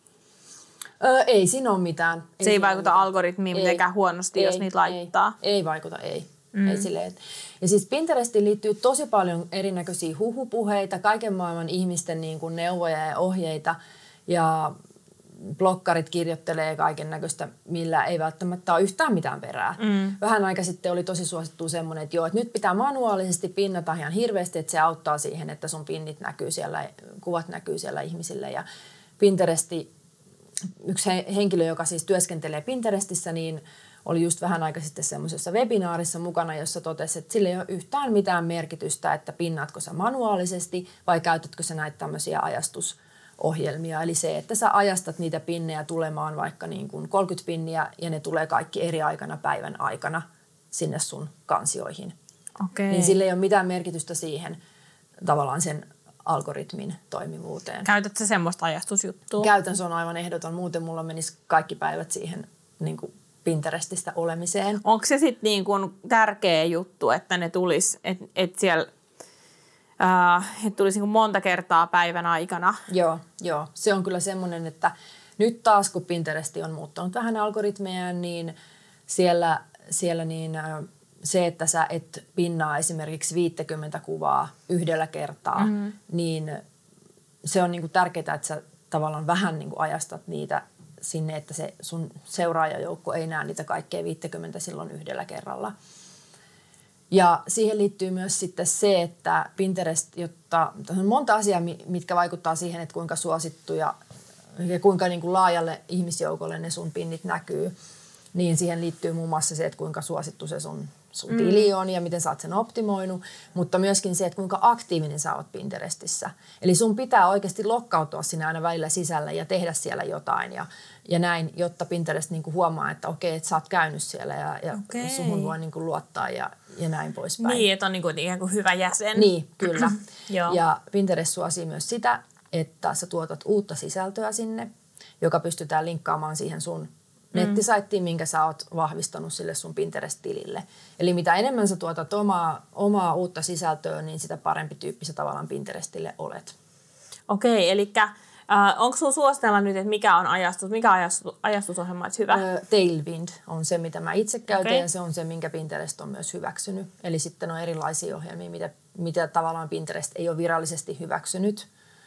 Öö, ei siinä ole mitään. Ei se ei vaikuta mitään algoritmiin mitenkään huonosti, ei, jos niitä laittaa? Ei, ei vaikuta, ei. Mm. ei silleen. Ja siis Pinterestiin liittyy tosi paljon erinäköisiä huhupuheita, kaiken maailman ihmisten niin kuin neuvoja ja ohjeita. Ja blokkarit kirjoittelee kaiken näköistä, millä ei välttämättä ole yhtään mitään perää. Mm. Vähän aika sitten oli tosi suosittu semmoinen, että joo, että nyt pitää manuaalisesti pinnata ihan hirveästi, että se auttaa siihen, että sun pinnit näkyy siellä, kuvat näkyy siellä ihmisille. Ja Pinteresti, yksi henkilö, joka siis työskentelee Pinterestissä, niin oli just vähän aika sitten semmoisessa webinaarissa mukana, jossa totesi, että sillä ei ole yhtään mitään merkitystä, että pinnaatko sä manuaalisesti vai käytätkö sä näitä tämmöisiä ajastusohjelmia. Eli se, että sä ajastat niitä pinnejä tulemaan vaikka niin kuin kolmekymmentä pinniä ja ne tulee kaikki eri aikana päivän aikana sinne sun kansioihin. Okay. Niin sillä ei ole mitään merkitystä siihen tavallaan sen algoritmin toimivuuteen. Käytätkö semmoista ajastusjuttua? Käytän, se on aivan ehdoton. Muuten mulla menisi kaikki päivät siihen niin kuin Pinterestistä olemiseen. Onko se sitten niin kuin tärkeä juttu, että ne tulisi, että et siellä äh, et tulisi niin kuin monta kertaa päivän aikana? Joo, joo, se on kyllä semmoinen, että nyt taas kun Pinteresti on muuttanut vähän algoritmeja, niin siellä, siellä niin, äh, se, että sä et pinnaa esimerkiksi viisikymmentä kuvaa yhdellä kertaa, mm-hmm. niin se on niin kuin tärkeää, että sä tavallaan vähän niin kuin ajastat niitä sinne, että se sun seuraajajoukko ei näe niitä kaikkea viisikymmentä silloin yhdellä kerralla. Ja siihen liittyy myös sitten se, että Pinterest, jotta on monta asiaa, mitkä vaikuttaa siihen, että kuinka suosittuja ja kuinka niin kuin laajalle ihmisjoukolle ne sun pinnit näkyy, niin siihen liittyy muun muassa se, että kuinka suosittu se sun, sun tili on ja miten sä oot sen optimoinut, mutta myöskin se, että kuinka aktiivinen sä oot Pinterestissä. Eli sun pitää oikeasti lokkautua sinne aina välillä sisällä ja tehdä siellä jotain ja, ja näin, jotta Pinterest niinku huomaa, että okei, että sä oot käynyt siellä ja, ja okay. suhun voi niinku luottaa ja, ja näin poispäin. Niin, että on niinku ikään kuin hyvä jäsen. Niin, kyllä. Ja Pinterest suosii myös sitä, että sä tuotat uutta sisältöä sinne, joka pystytään linkkaamaan siihen sun nettisaittiin, minkä sä oot vahvistanut sille sun Pinterest-tilille. Eli mitä enemmän sä tuotat omaa, omaa uutta sisältöä, niin sitä parempi tyyppi sä tavallaan Pinterestille olet. Okei, eli äh, onko sun suositella nyt, että mikä on ajastus, mikä ajastus, ajastusohjelma olisi hyvä? Äh, Tailwind on se, mitä mä itse käytän okay. ja se on se, minkä Pinterest on myös hyväksynyt. Eli sitten on erilaisia ohjelmia, mitä, mitä tavallaan Pinterest ei ole virallisesti hyväksynyt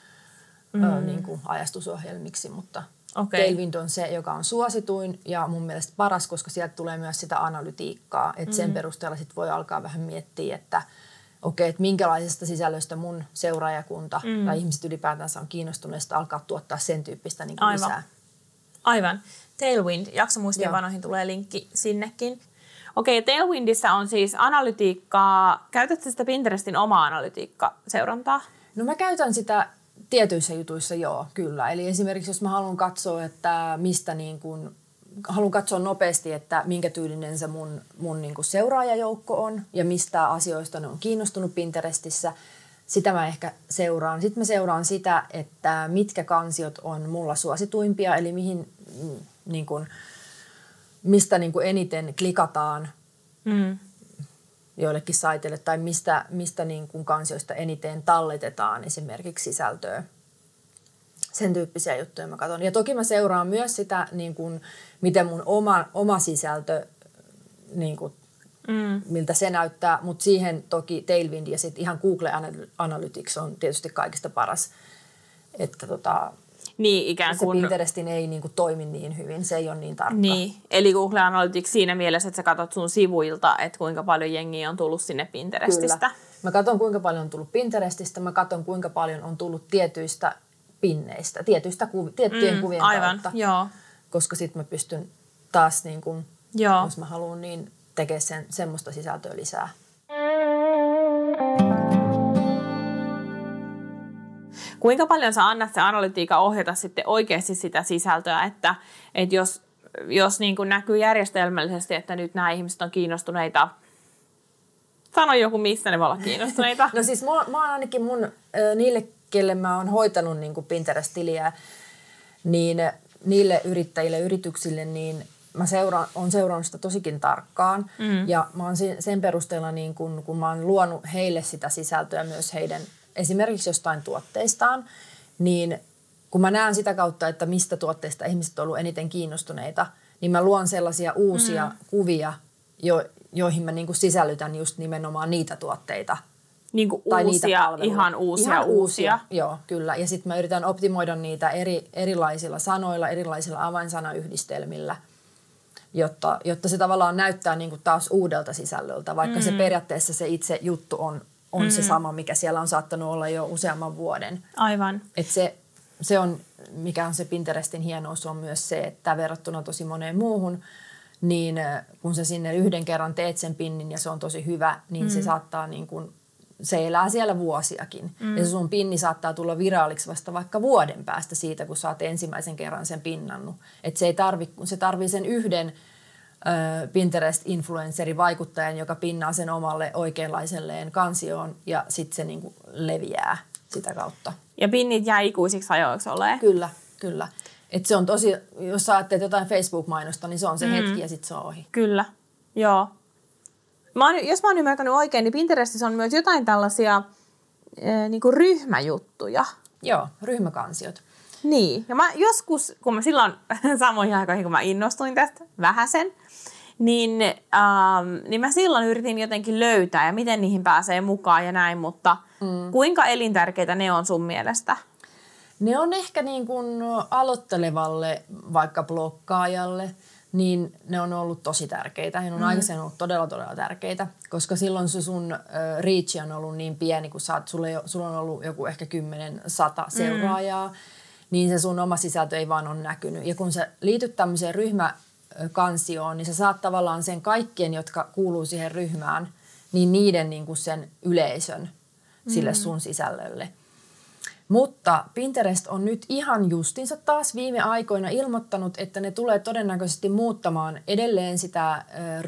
mm. äh, niin kuin ajastusohjelmiksi, mutta okay. Tailwind on se, joka on suosituin ja mun mielestä paras, koska sieltä tulee myös sitä analytiikkaa. Että mm-hmm. sen perusteella sit voi alkaa vähän miettiä, että okei, okay, että minkälaisesta sisällöstä mun seuraajakunta mm-hmm. tai ihmiset ylipäätänsä on kiinnostuneista alkaa tuottaa sen tyyppistä niin kuin Aivan. lisää. Aivan. Tailwind, jaksomuistiinpanoihin tulee linkki sinnekin. Okei, okay, Tailwindissä on siis analytiikkaa. Käytätkö sitä Pinterestin omaa analytiikka-seurantaa? No mä käytän sitä tietyissä jutuissa joo, kyllä. Eli esimerkiksi jos mä haluan katsoa, että mistä niin kuin, haluan katsoa nopeasti, että minkä tyylinen se mun, mun niin kuin seuraajajoukko on ja mistä asioista ne on kiinnostunut Pinterestissä, sitä mä ehkä seuraan. Sitten mä seuraan sitä, että mitkä kansiot on mulla suosituimpia, eli mihin, niin kuin, mistä niin kuin eniten klikataan mm. joillekin saiteille tai mistä, mistä niin kuin kansioista eniten talletetaan esimerkiksi sisältöä. Sen tyyppisiä juttuja mä katson. Ja toki mä seuraan myös sitä, niin kuin, miten mun oma, oma sisältö, niin kuin, mm. miltä se näyttää, mutta siihen toki Tailwind ja sitten ihan Google Analytics on tietysti kaikista paras, että tota, niin, ikään kuin se Pinterestin ei niin kuin toimi niin hyvin, se ei ole niin tarkka. Niin, eli Google Analytics siinä mielessä, että sä katsot sun sivuilta, että kuinka paljon jengiä on tullut sinne Pinterestistä. Kyllä. Mä katson kuinka paljon on tullut Pinterestistä, mä katson kuinka paljon on tullut tietyistä pinneistä, tietyistä kuvi, tiettyjen mm, kuvien aivan, kautta. Joo. Koska sitten mä pystyn taas, niin kuin, joo. jos mä haluan, niin tekemään sen, semmoista sisältöä lisää. Kuinka paljon sä annat se analytiikan ohjata sitten oikeasti sitä sisältöä, että, että jos, jos niin kuin näkyy järjestelmällisesti, että nyt nämä ihmiset on kiinnostuneita, sano joku, missä ne voi olla kiinnostuneita. No siis mä, mä oon ainakin mun, niille, kelle mä oon hoitanut niin kuin Pinterest-tiliä, niin niille yrittäjille, yrityksille, niin mä seuraan, on seurannut sitä tosikin tarkkaan. Mm. Ja mä oon sen perusteella, niin kun, kun mä oon luonut heille sitä sisältöä myös heidän esimerkiksi jostain tuotteistaan, niin kun mä näen sitä kautta, että mistä tuotteista ihmiset on ollut eniten kiinnostuneita, niin mä luon sellaisia uusia mm. kuvia, jo, joihin mä niin kuin sisällytän just nimenomaan niitä tuotteita. Niin kuin tai uusia, niitä ihan uusia, ihan uusia. uusia. Joo, kyllä. Ja sitten mä yritän optimoida niitä eri, erilaisilla sanoilla, erilaisilla avainsanayhdistelmillä, jotta, jotta se tavallaan näyttää niin kuin taas uudelta sisällöltä, vaikka mm. se periaatteessa se itse juttu on, on mm. se sama, mikä siellä on saattanut olla jo useamman vuoden. Aivan. Et se, se on, mikä on se Pinterestin hienous, on myös se, että verrattuna tosi moneen muuhun, niin kun sä sinne yhden kerran teet sen pinnin ja se on tosi hyvä, niin mm. se saattaa niin kuin, se elää siellä vuosiakin. Mm. Ja se sun pinni saattaa tulla viraaliksi vasta vaikka vuoden päästä siitä, kun sä oot ensimmäisen kerran sen pinnannut. Että se ei tarvi, se tarvii sen yhden ö, Pinterest-influencerin vaikuttajan, joka pinnaa sen omalle oikeanlaiselleen kansioon ja sitten se niinku leviää sitä kautta. Ja pinnit jää ikuisiksi ajoiksi olee. Kyllä, kyllä. Et se on tosi, jos sä ajattelet jotain Facebook-mainosta, niin se on se mm. hetki ja sitten se on ohi. Kyllä, joo. Mä oon, jos mä oon ymmärtänyt oikein, niin Pinterestissä on myös jotain tällaisia e, niinku ryhmäjuttuja. Joo, ryhmäkansiot. Niin, ja mä joskus, kun mä silloin samoihin aikoihin, kun mä innostuin tästä vähäsen, niin, ähm, niin mä silloin yritin jotenkin löytää ja miten niihin pääsee mukaan ja näin, mutta mm. kuinka elintärkeitä ne on sun mielestä? Ne on ehkä niin kuin aloittelevalle vaikka blokkaajalle, niin ne on ollut tosi tärkeitä. Ne on mm. aikaisemmin ollut todella, todella tärkeitä, koska silloin se sun äh, reach on ollut niin pieni, kun sä oot, sulla, sulla on ollut joku ehkä kymmenen, sata seuraajaa, mm. niin se sun oma sisältö ei vaan ole näkynyt. Ja kun sä liityt tämmöiseen ryhmäkansioon, niin sä saat tavallaan sen kaikkien, jotka kuuluu siihen ryhmään, niin niiden niin kuin sen yleisön sille mm. sun sisällölle. Mutta Pinterest on nyt ihan justinsa taas viime aikoina ilmoittanut, että ne tulee todennäköisesti muuttamaan edelleen sitä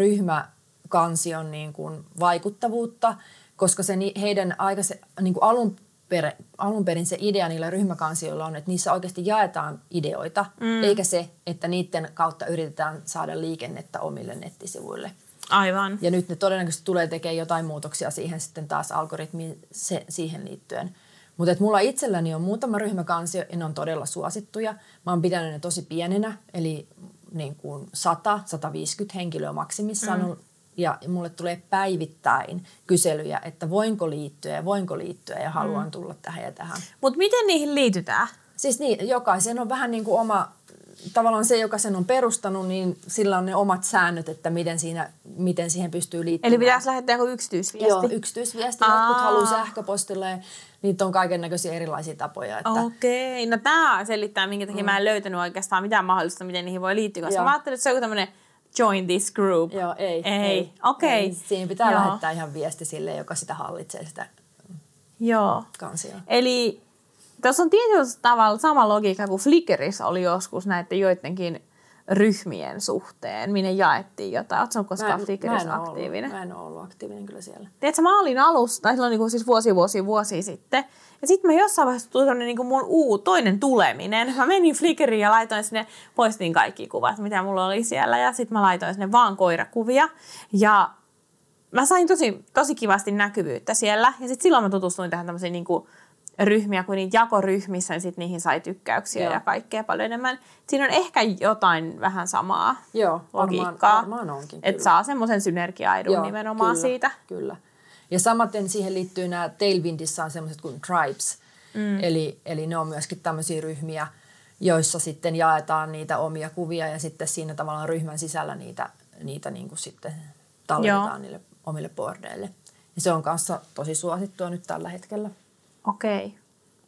ryhmäkansion niin kuin vaikuttavuutta, koska se heidän aikais, niin kuin alun, per, alun perin se idea niillä ryhmäkansioilla on, että niissä oikeasti jaetaan ideoita, mm. eikä se, että niiden kautta yritetään saada liikennettä omille nettisivuille. Aivan. Ja nyt ne todennäköisesti tulee tekemään jotain muutoksia siihen sitten taas algoritmiin se, siihen liittyen. Mutta mulla itselläni on muutama ryhmäkansio ja ne on todella suosittuja. Mä oon pitänyt ne tosi pienenä, eli niin kuin sata sataviisikymmentä henkilöä maksimissaan. Mm. Ja mulle tulee päivittäin kyselyjä, että voinko liittyä ja voinko liittyä ja haluan mm. tulla tähän ja tähän. Mutta miten niihin liitytään? Siis niin, jokaisen on vähän niin kuin oma, tavallaan se, joka sen on perustanut, niin sillä on ne omat säännöt, että miten, siinä, miten siihen pystyy liittymään. Eli pitäisi lähettää joku yksityisviesti? Joo, yksityisviesti. Jotkut haluaa sähköpostille. Niitä on kaikennäköisiä erilaisia tapoja. Että... Okei, no tämä selittää, minkä takia mm. mä en löytänyt oikeastaan mitään mahdollista, miten niihin voi liittyä. Koska Joo. mä ajattelin, että se on joku tämmöinen join this group. Joo, ei. Ei, ei. okei. Okay. Siinä pitää Joo. lähettää ihan viesti sille, joka sitä hallitsee, sitä Joo. kansia. Eli tuossa on tietyllä tavalla sama logiikka kuin Flickrissä oli joskus näiden joidenkin ryhmien suhteen, minne jaettiin jotain. Oletko sinä koskaan Flickrissä aktiivinen? Mä en ole ollut aktiivinen kyllä siellä. Tiedätkö, mä olin alussa, tai silloin niin siis vuosia, vuosia, vuosia sitten. Ja sitten mä jossain vaiheessa tuli niin mun uu, toinen tuleminen. Mä menin Flickriin ja laitoin sinne, poistin kaikki kuvat, mitä mulla oli siellä. Ja sitten mä laitoin sinne vaan koirakuvia. Ja mä sain tosi, tosi kivasti näkyvyyttä siellä. Ja sitten silloin mä tutustuin tähän tämmöiseen niin kuin ryhmiä, kun niitä jakoryhmissä, niin sitten niihin sai tykkäyksiä Joo. ja kaikkea paljon enemmän. Siinä on ehkä jotain vähän samaa Joo, logiikkaa, varmaan onkin, että saa semmoisen synergiaedun Joo, nimenomaan kyllä, siitä. Kyllä. Ja samaten siihen liittyy nämä Tailwindissä on semmoiset kuin tribes, mm. eli, eli ne on myöskin tämmöisiä ryhmiä, joissa sitten jaetaan niitä omia kuvia ja sitten siinä tavallaan ryhmän sisällä niitä, niitä niin kuin sitten talletetaan Joo. niille omille bordeille. Ja se on kanssa tosi suosittua nyt tällä hetkellä. Okei.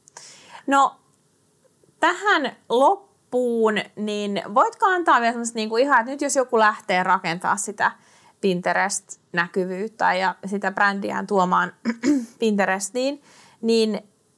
No tähän loppuun, niin voitko antaa vielä semmoista niinku ihan, että nyt jos joku lähtee rakentaa sitä Pinterest-näkyvyyttä ja sitä brändiään tuomaan Pinterestiin, niin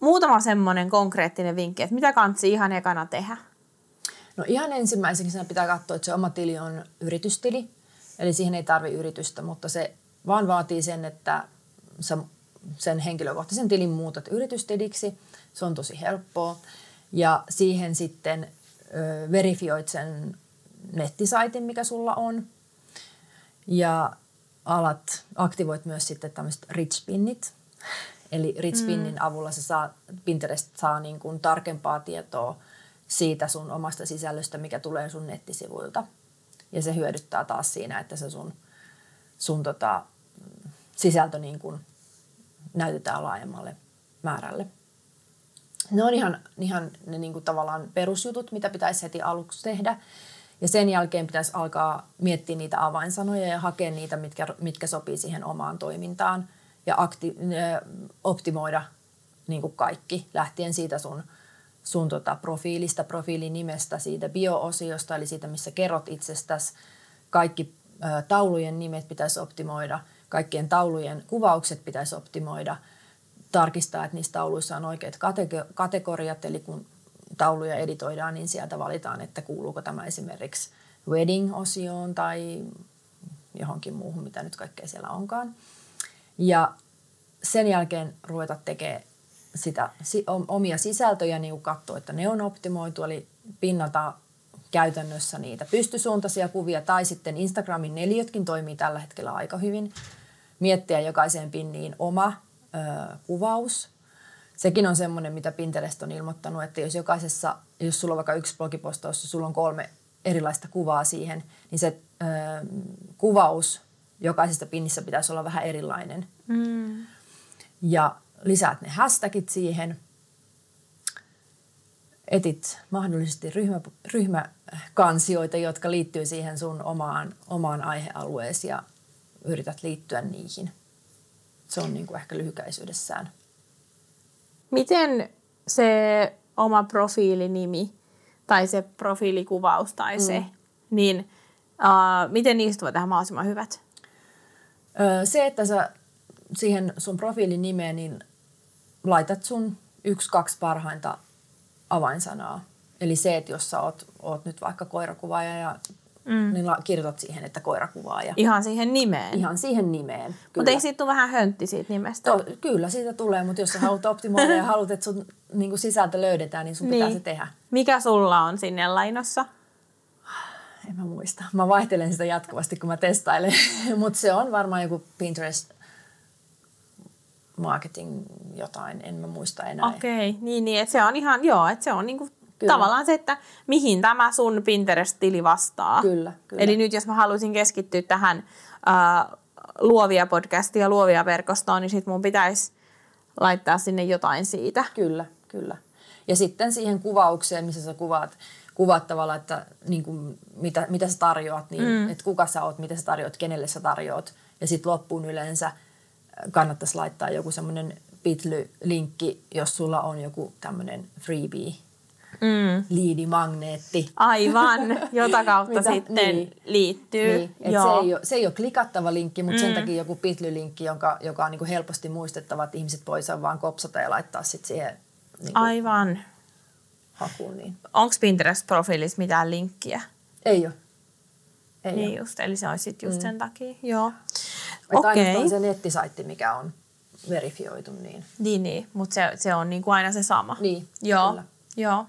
muutama semmoinen konkreettinen vinkki, että mitä kansi ihan ekana tehdä? No ihan ensimmäiseksi sinä pitää katsoa, että se oma tili on yritystili. Eli siihen ei tarvitse yritystä, mutta se vaan vaatii sen, että sä sen henkilökohtaisen tilin muutat yritystiliksi. Se on tosi helppoa. Ja siihen sitten ö, verifioit sen nettisaitin, mikä sulla on. Ja alat, aktivoit myös sitten tämmöiset rich pinnit. Eli rich pinnin mm. avulla se saa, Pinterest saa niin kuin tarkempaa tietoa siitä sun omasta sisällöstä, mikä tulee sun nettisivuilta. Ja se hyödyttää taas siinä, että se sun, sun tota, sisältö niin kuin näytetään laajemmalle määrälle. Ne on ihan, ihan ne niin kuin tavallaan perusjutut, mitä pitäisi heti aluksi tehdä. Ja sen jälkeen pitäisi alkaa miettiä niitä avainsanoja ja hakea niitä, mitkä, mitkä sopii siihen omaan toimintaan. Ja akti, optimoida niin kuin kaikki, lähtien siitä sun, sun tota profiilista, profiilinimestä, siitä bio-osiosta, eli siitä, missä kerrot itsestäsi. Kaikki ä, taulujen nimet pitäisi optimoida, kaikkien taulujen kuvaukset pitäisi optimoida, tarkistaa, että niissä tauluissa on oikeat katego- kategoriat, eli kun tauluja editoidaan, niin sieltä valitaan, että kuuluuko tämä esimerkiksi wedding-osioon tai johonkin muuhun, mitä nyt kaikkea siellä onkaan. Ja sen jälkeen ruveta tekemään sitä omia sisältöjä, niin kuin katsoa, että ne on optimoitu, eli pinnata käytännössä niitä pystysuuntaisia kuvia, tai sitten Instagramin neliötkin toimii tällä hetkellä aika hyvin. Miettiä jokaiseen pinniin oma ö, kuvaus. Sekin on semmoinen, mitä Pinterest on ilmoittanut, että jos jokaisessa, jos sulla on vaikka yksi blogipostaus, sulla on kolme erilaista kuvaa siihen, niin se ö, kuvaus jokaisesta pinnissä pitäisi olla vähän erilainen. Mm. Ja lisäät ne hashtagit siihen. Etit mahdollisesti ryhmä, ryhmäkansioita, jotka liittyy siihen sun omaan, omaan aihealueesi ja yrität liittyä niihin. Se on niin kuin ehkä lyhykäisyydessään. Miten se oma profiilinimi tai se profiilikuvaus tai se, mm. niin uh, miten niistä voi tehdä mahdollisimman hyvät? Öö, se, että sä siihen sun profiilin nimeen niin laitat sun yksi, kaksi parhainta avainsanaa. Eli se, että jos sä oot, oot nyt vaikka koirakuvaaja ja mm. niin kirjoitat siihen, että koirakuvaaja. Ihan siihen nimeen? Ihan siihen nimeen. Mutta ei siitä tule vähän höntti siitä nimestä? To, kyllä siitä tulee, mutta jos sä haluat optimoida ja haluat, että sun niin kuin sisältö löydetään, niin sun niin. pitää se tehdä. Mikä sulla on sinne lainossa? En mä muista. Mä vaihtelen sitä jatkuvasti, kun mä testailen. Mutta se on varmaan joku Pinterest marketing jotain, en mä muista enää. Okei, okay. niin, niin että se on ihan, joo, että se on niinku tavallaan se, että mihin tämä sun Pinterest-tili vastaa. Kyllä, kyllä. Eli nyt jos mä haluaisin keskittyä tähän äh, luovia podcastia, luovia verkostoon, niin sit mun pitäisi laittaa sinne jotain siitä. Kyllä, kyllä. Ja sitten siihen kuvaukseen, missä sä kuvaat, kuvaat tavallaan, että niin kuin, mitä, mitä sä tarjoat, niin, mm. että kuka sä oot, mitä sä tarjoat, kenelle sä tarjoat. Ja sitten loppuun yleensä kannattaisi laittaa joku semmoinen Bitly-linkki, jos sulla on joku tämmöinen freebie. Mm. Liidimagneetti. Aivan, jota kautta Mitä? sitten niin. liittyy. Niin. Se, ei ole, se ei ole klikattava linkki, mutta mm. sen takia joku Bitly-linkki, joka, joka on niin kuin helposti muistettava, että ihmiset voisivat vaan kopsata ja laittaa sit siihen niin kuin Aivan. hakuun. Niin. Onko Pinterest-profiilissa mitään linkkiä? Ei ole. Ei niin ole. just, eli se olisi just mm. sen takia. Joo. Okei. Ainoastaan se nettisaitti, mikä on verifioitu. Niin, niin, niin. mutta se, se on niin kuin aina se sama. Niin, Joo. kyllä. Joo.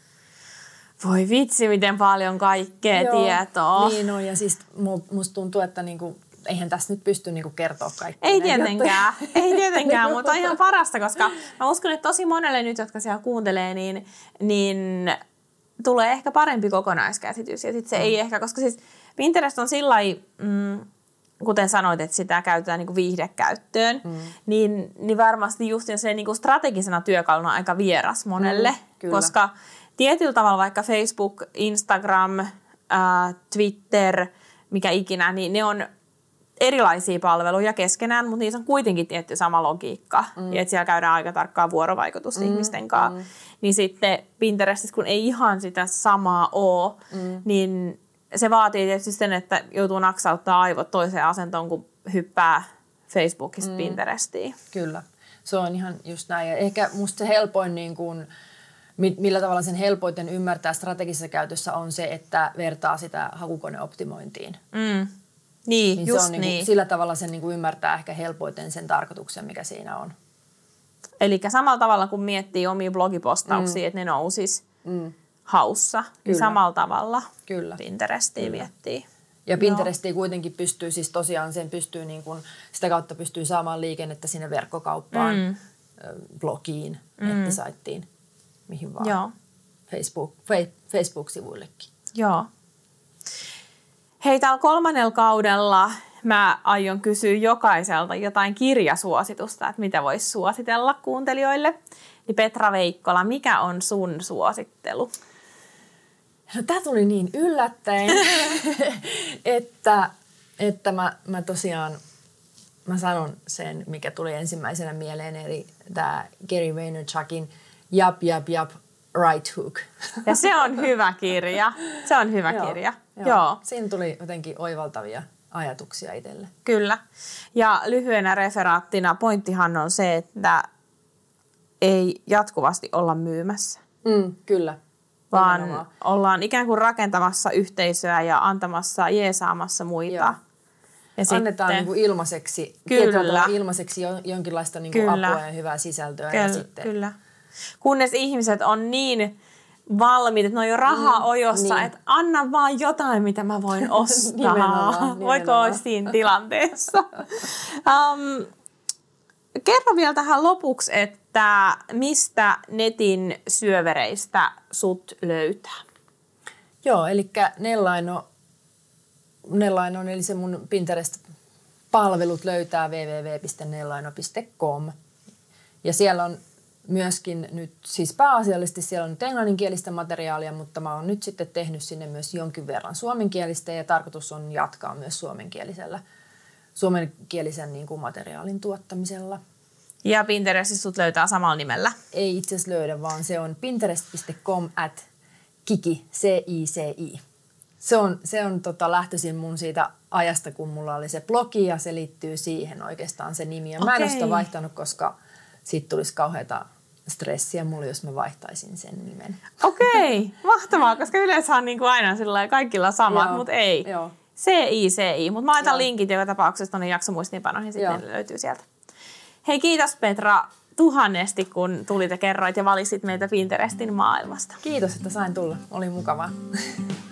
Voi vitsi, miten paljon kaikkea Joo, tietoa. Niin on, ja siis musta tuntuu, että niinku, eihän tässä nyt pysty niinku kertoa kaikkea. Ei tietenkään, ei tietenkään, mutta on ihan parasta, koska mä uskon, että tosi monelle nyt, jotka siellä kuuntelee, niin, niin tulee ehkä parempi kokonaiskäsitys. Ja sit se mm. ei ehkä, koska siis Pinterest on sillai, mm, kuten sanoit, että sitä käytetään niinku viihdekäyttöön, mm. niin, niin varmasti just se niinku strategisena työkaluna aika vieras monelle, mm, koska tietyllä tavalla vaikka Facebook, Instagram, äh, Twitter, mikä ikinä, niin ne on erilaisia palveluja keskenään, mutta niissä on kuitenkin tietty sama logiikka. Mm. Ja että siellä käydään aika tarkkaa vuorovaikutusta mm. ihmisten kanssa. Mm. Niin sitten Pinterestissä, kun ei ihan sitä samaa ole, mm. niin se vaatii tietysti sen, että joutuu naksauttaa aivot toiseen asentoon, kun hyppää Facebookista mm. Pinterestiin. Kyllä. Se on ihan just näin. Ja ehkä musta se helpoin, niin kuin, millä tavalla sen helpoiten ymmärtää strategisessa käytössä on se, että vertaa sitä hakukoneoptimointiin. Mm. Niin, niin just se on, niin kuin, niin. sillä tavalla sen niin kuin ymmärtää ehkä helpoiten sen tarkoituksen, mikä siinä on. Eli samalla tavalla kun miettii omia blogipostauksia, mm. että ne nousis mm. haussa, niin samalla tavalla Kyllä. Pinterestia Kyllä. miettii. Ja Pinterestia kuitenkin pystyy, siis tosiaan sen pystyy niin kuin, sitä kautta pystyy saamaan liikennettä sinne verkkokauppaan, mm. blogiin, mm. nettisaittiin, mihin vaan. Joo. Facebook, fe, Facebook-sivuillekin. Joo. Hei, täällä kolmannella kaudella mä aion kysyä jokaiselta jotain kirjasuositusta, että mitä voisi suositella kuuntelijoille. Niin Petra Veikkola, mikä on sun suosittelu? No tää tuli niin yllättäen, että, että mä, mä tosiaan mä sanon sen, mikä tuli ensimmäisenä mieleen, eli tää Gary Vaynerchukin Jap, Jap, Jap, Right Hook. Ja se on hyvä kirja. Se on hyvä joo, kirja. Joo. joo. Siinä tuli jotenkin oivaltavia ajatuksia itselle. Kyllä. Ja lyhyenä referaattina pointtihan on se, että ei jatkuvasti olla myymässä. Mm, kyllä. Vaan nimenomaan. Ollaan ikään kuin rakentamassa yhteisöä ja antamassa, jeesaamassa muita. Joo. Ja annetaan sitten, niin kuin ilmaiseksi, kyllä. ilmaiseksi jonkinlaista niin kuin apua ja hyvää sisältöä. Kyllä, ja sitten... kyllä. Kunnes ihmiset on niin valmiit, että ne on jo rahaa mm, ojossa, niin. Että anna vaan jotain, mitä mä voin ostaa. nimenomaan, nimenomaan. Voiko olla siinä tilanteessa? um, kerro vielä tähän lopuksi, että mistä netin syövereistä sut löytää? Joo, eli Nellaino, Nellaino eli se mun Pinterest-palvelut löytää double-u double-u double-u piste nellaino piste com. Ja siellä on myöskin nyt, siis pääasiallisesti siellä on nyt englanninkielistä materiaalia, mutta mä oon nyt sitten tehnyt sinne myös jonkin verran suomenkielistä ja tarkoitus on jatkaa myös suomenkielisellä, suomenkielisen niin kuin materiaalin tuottamisella. Ja Pinterestissä sut löytää samalla nimellä? Ei itse asiassa löydä, vaan se on pinterest piste com at kiki, C I C I. Se on, se on tota, lähtöisin mun siitä ajasta, kun mulla oli se blogi ja se liittyy siihen oikeastaan se nimi. Ja mä en ole sitä vaihtanut, koska siitä tulisi kauheata stressiä mulle, jos mä vaihtaisin sen nimen. Okei, mahtavaa, koska yleensä on niin kuin aina sillä kaikilla samat, mutta ei. Joo. C I C I, mutta mä laitan linkit joka tapauksessa tuonne jaksomuistiinpanoihin, sitten ne löytyy sieltä. Hei, kiitos Petra tuhannesti, kun tulit ja kerroit ja valitsit meitä Pinterestin maailmasta. Kiitos, että sain tulla. Oli mukavaa.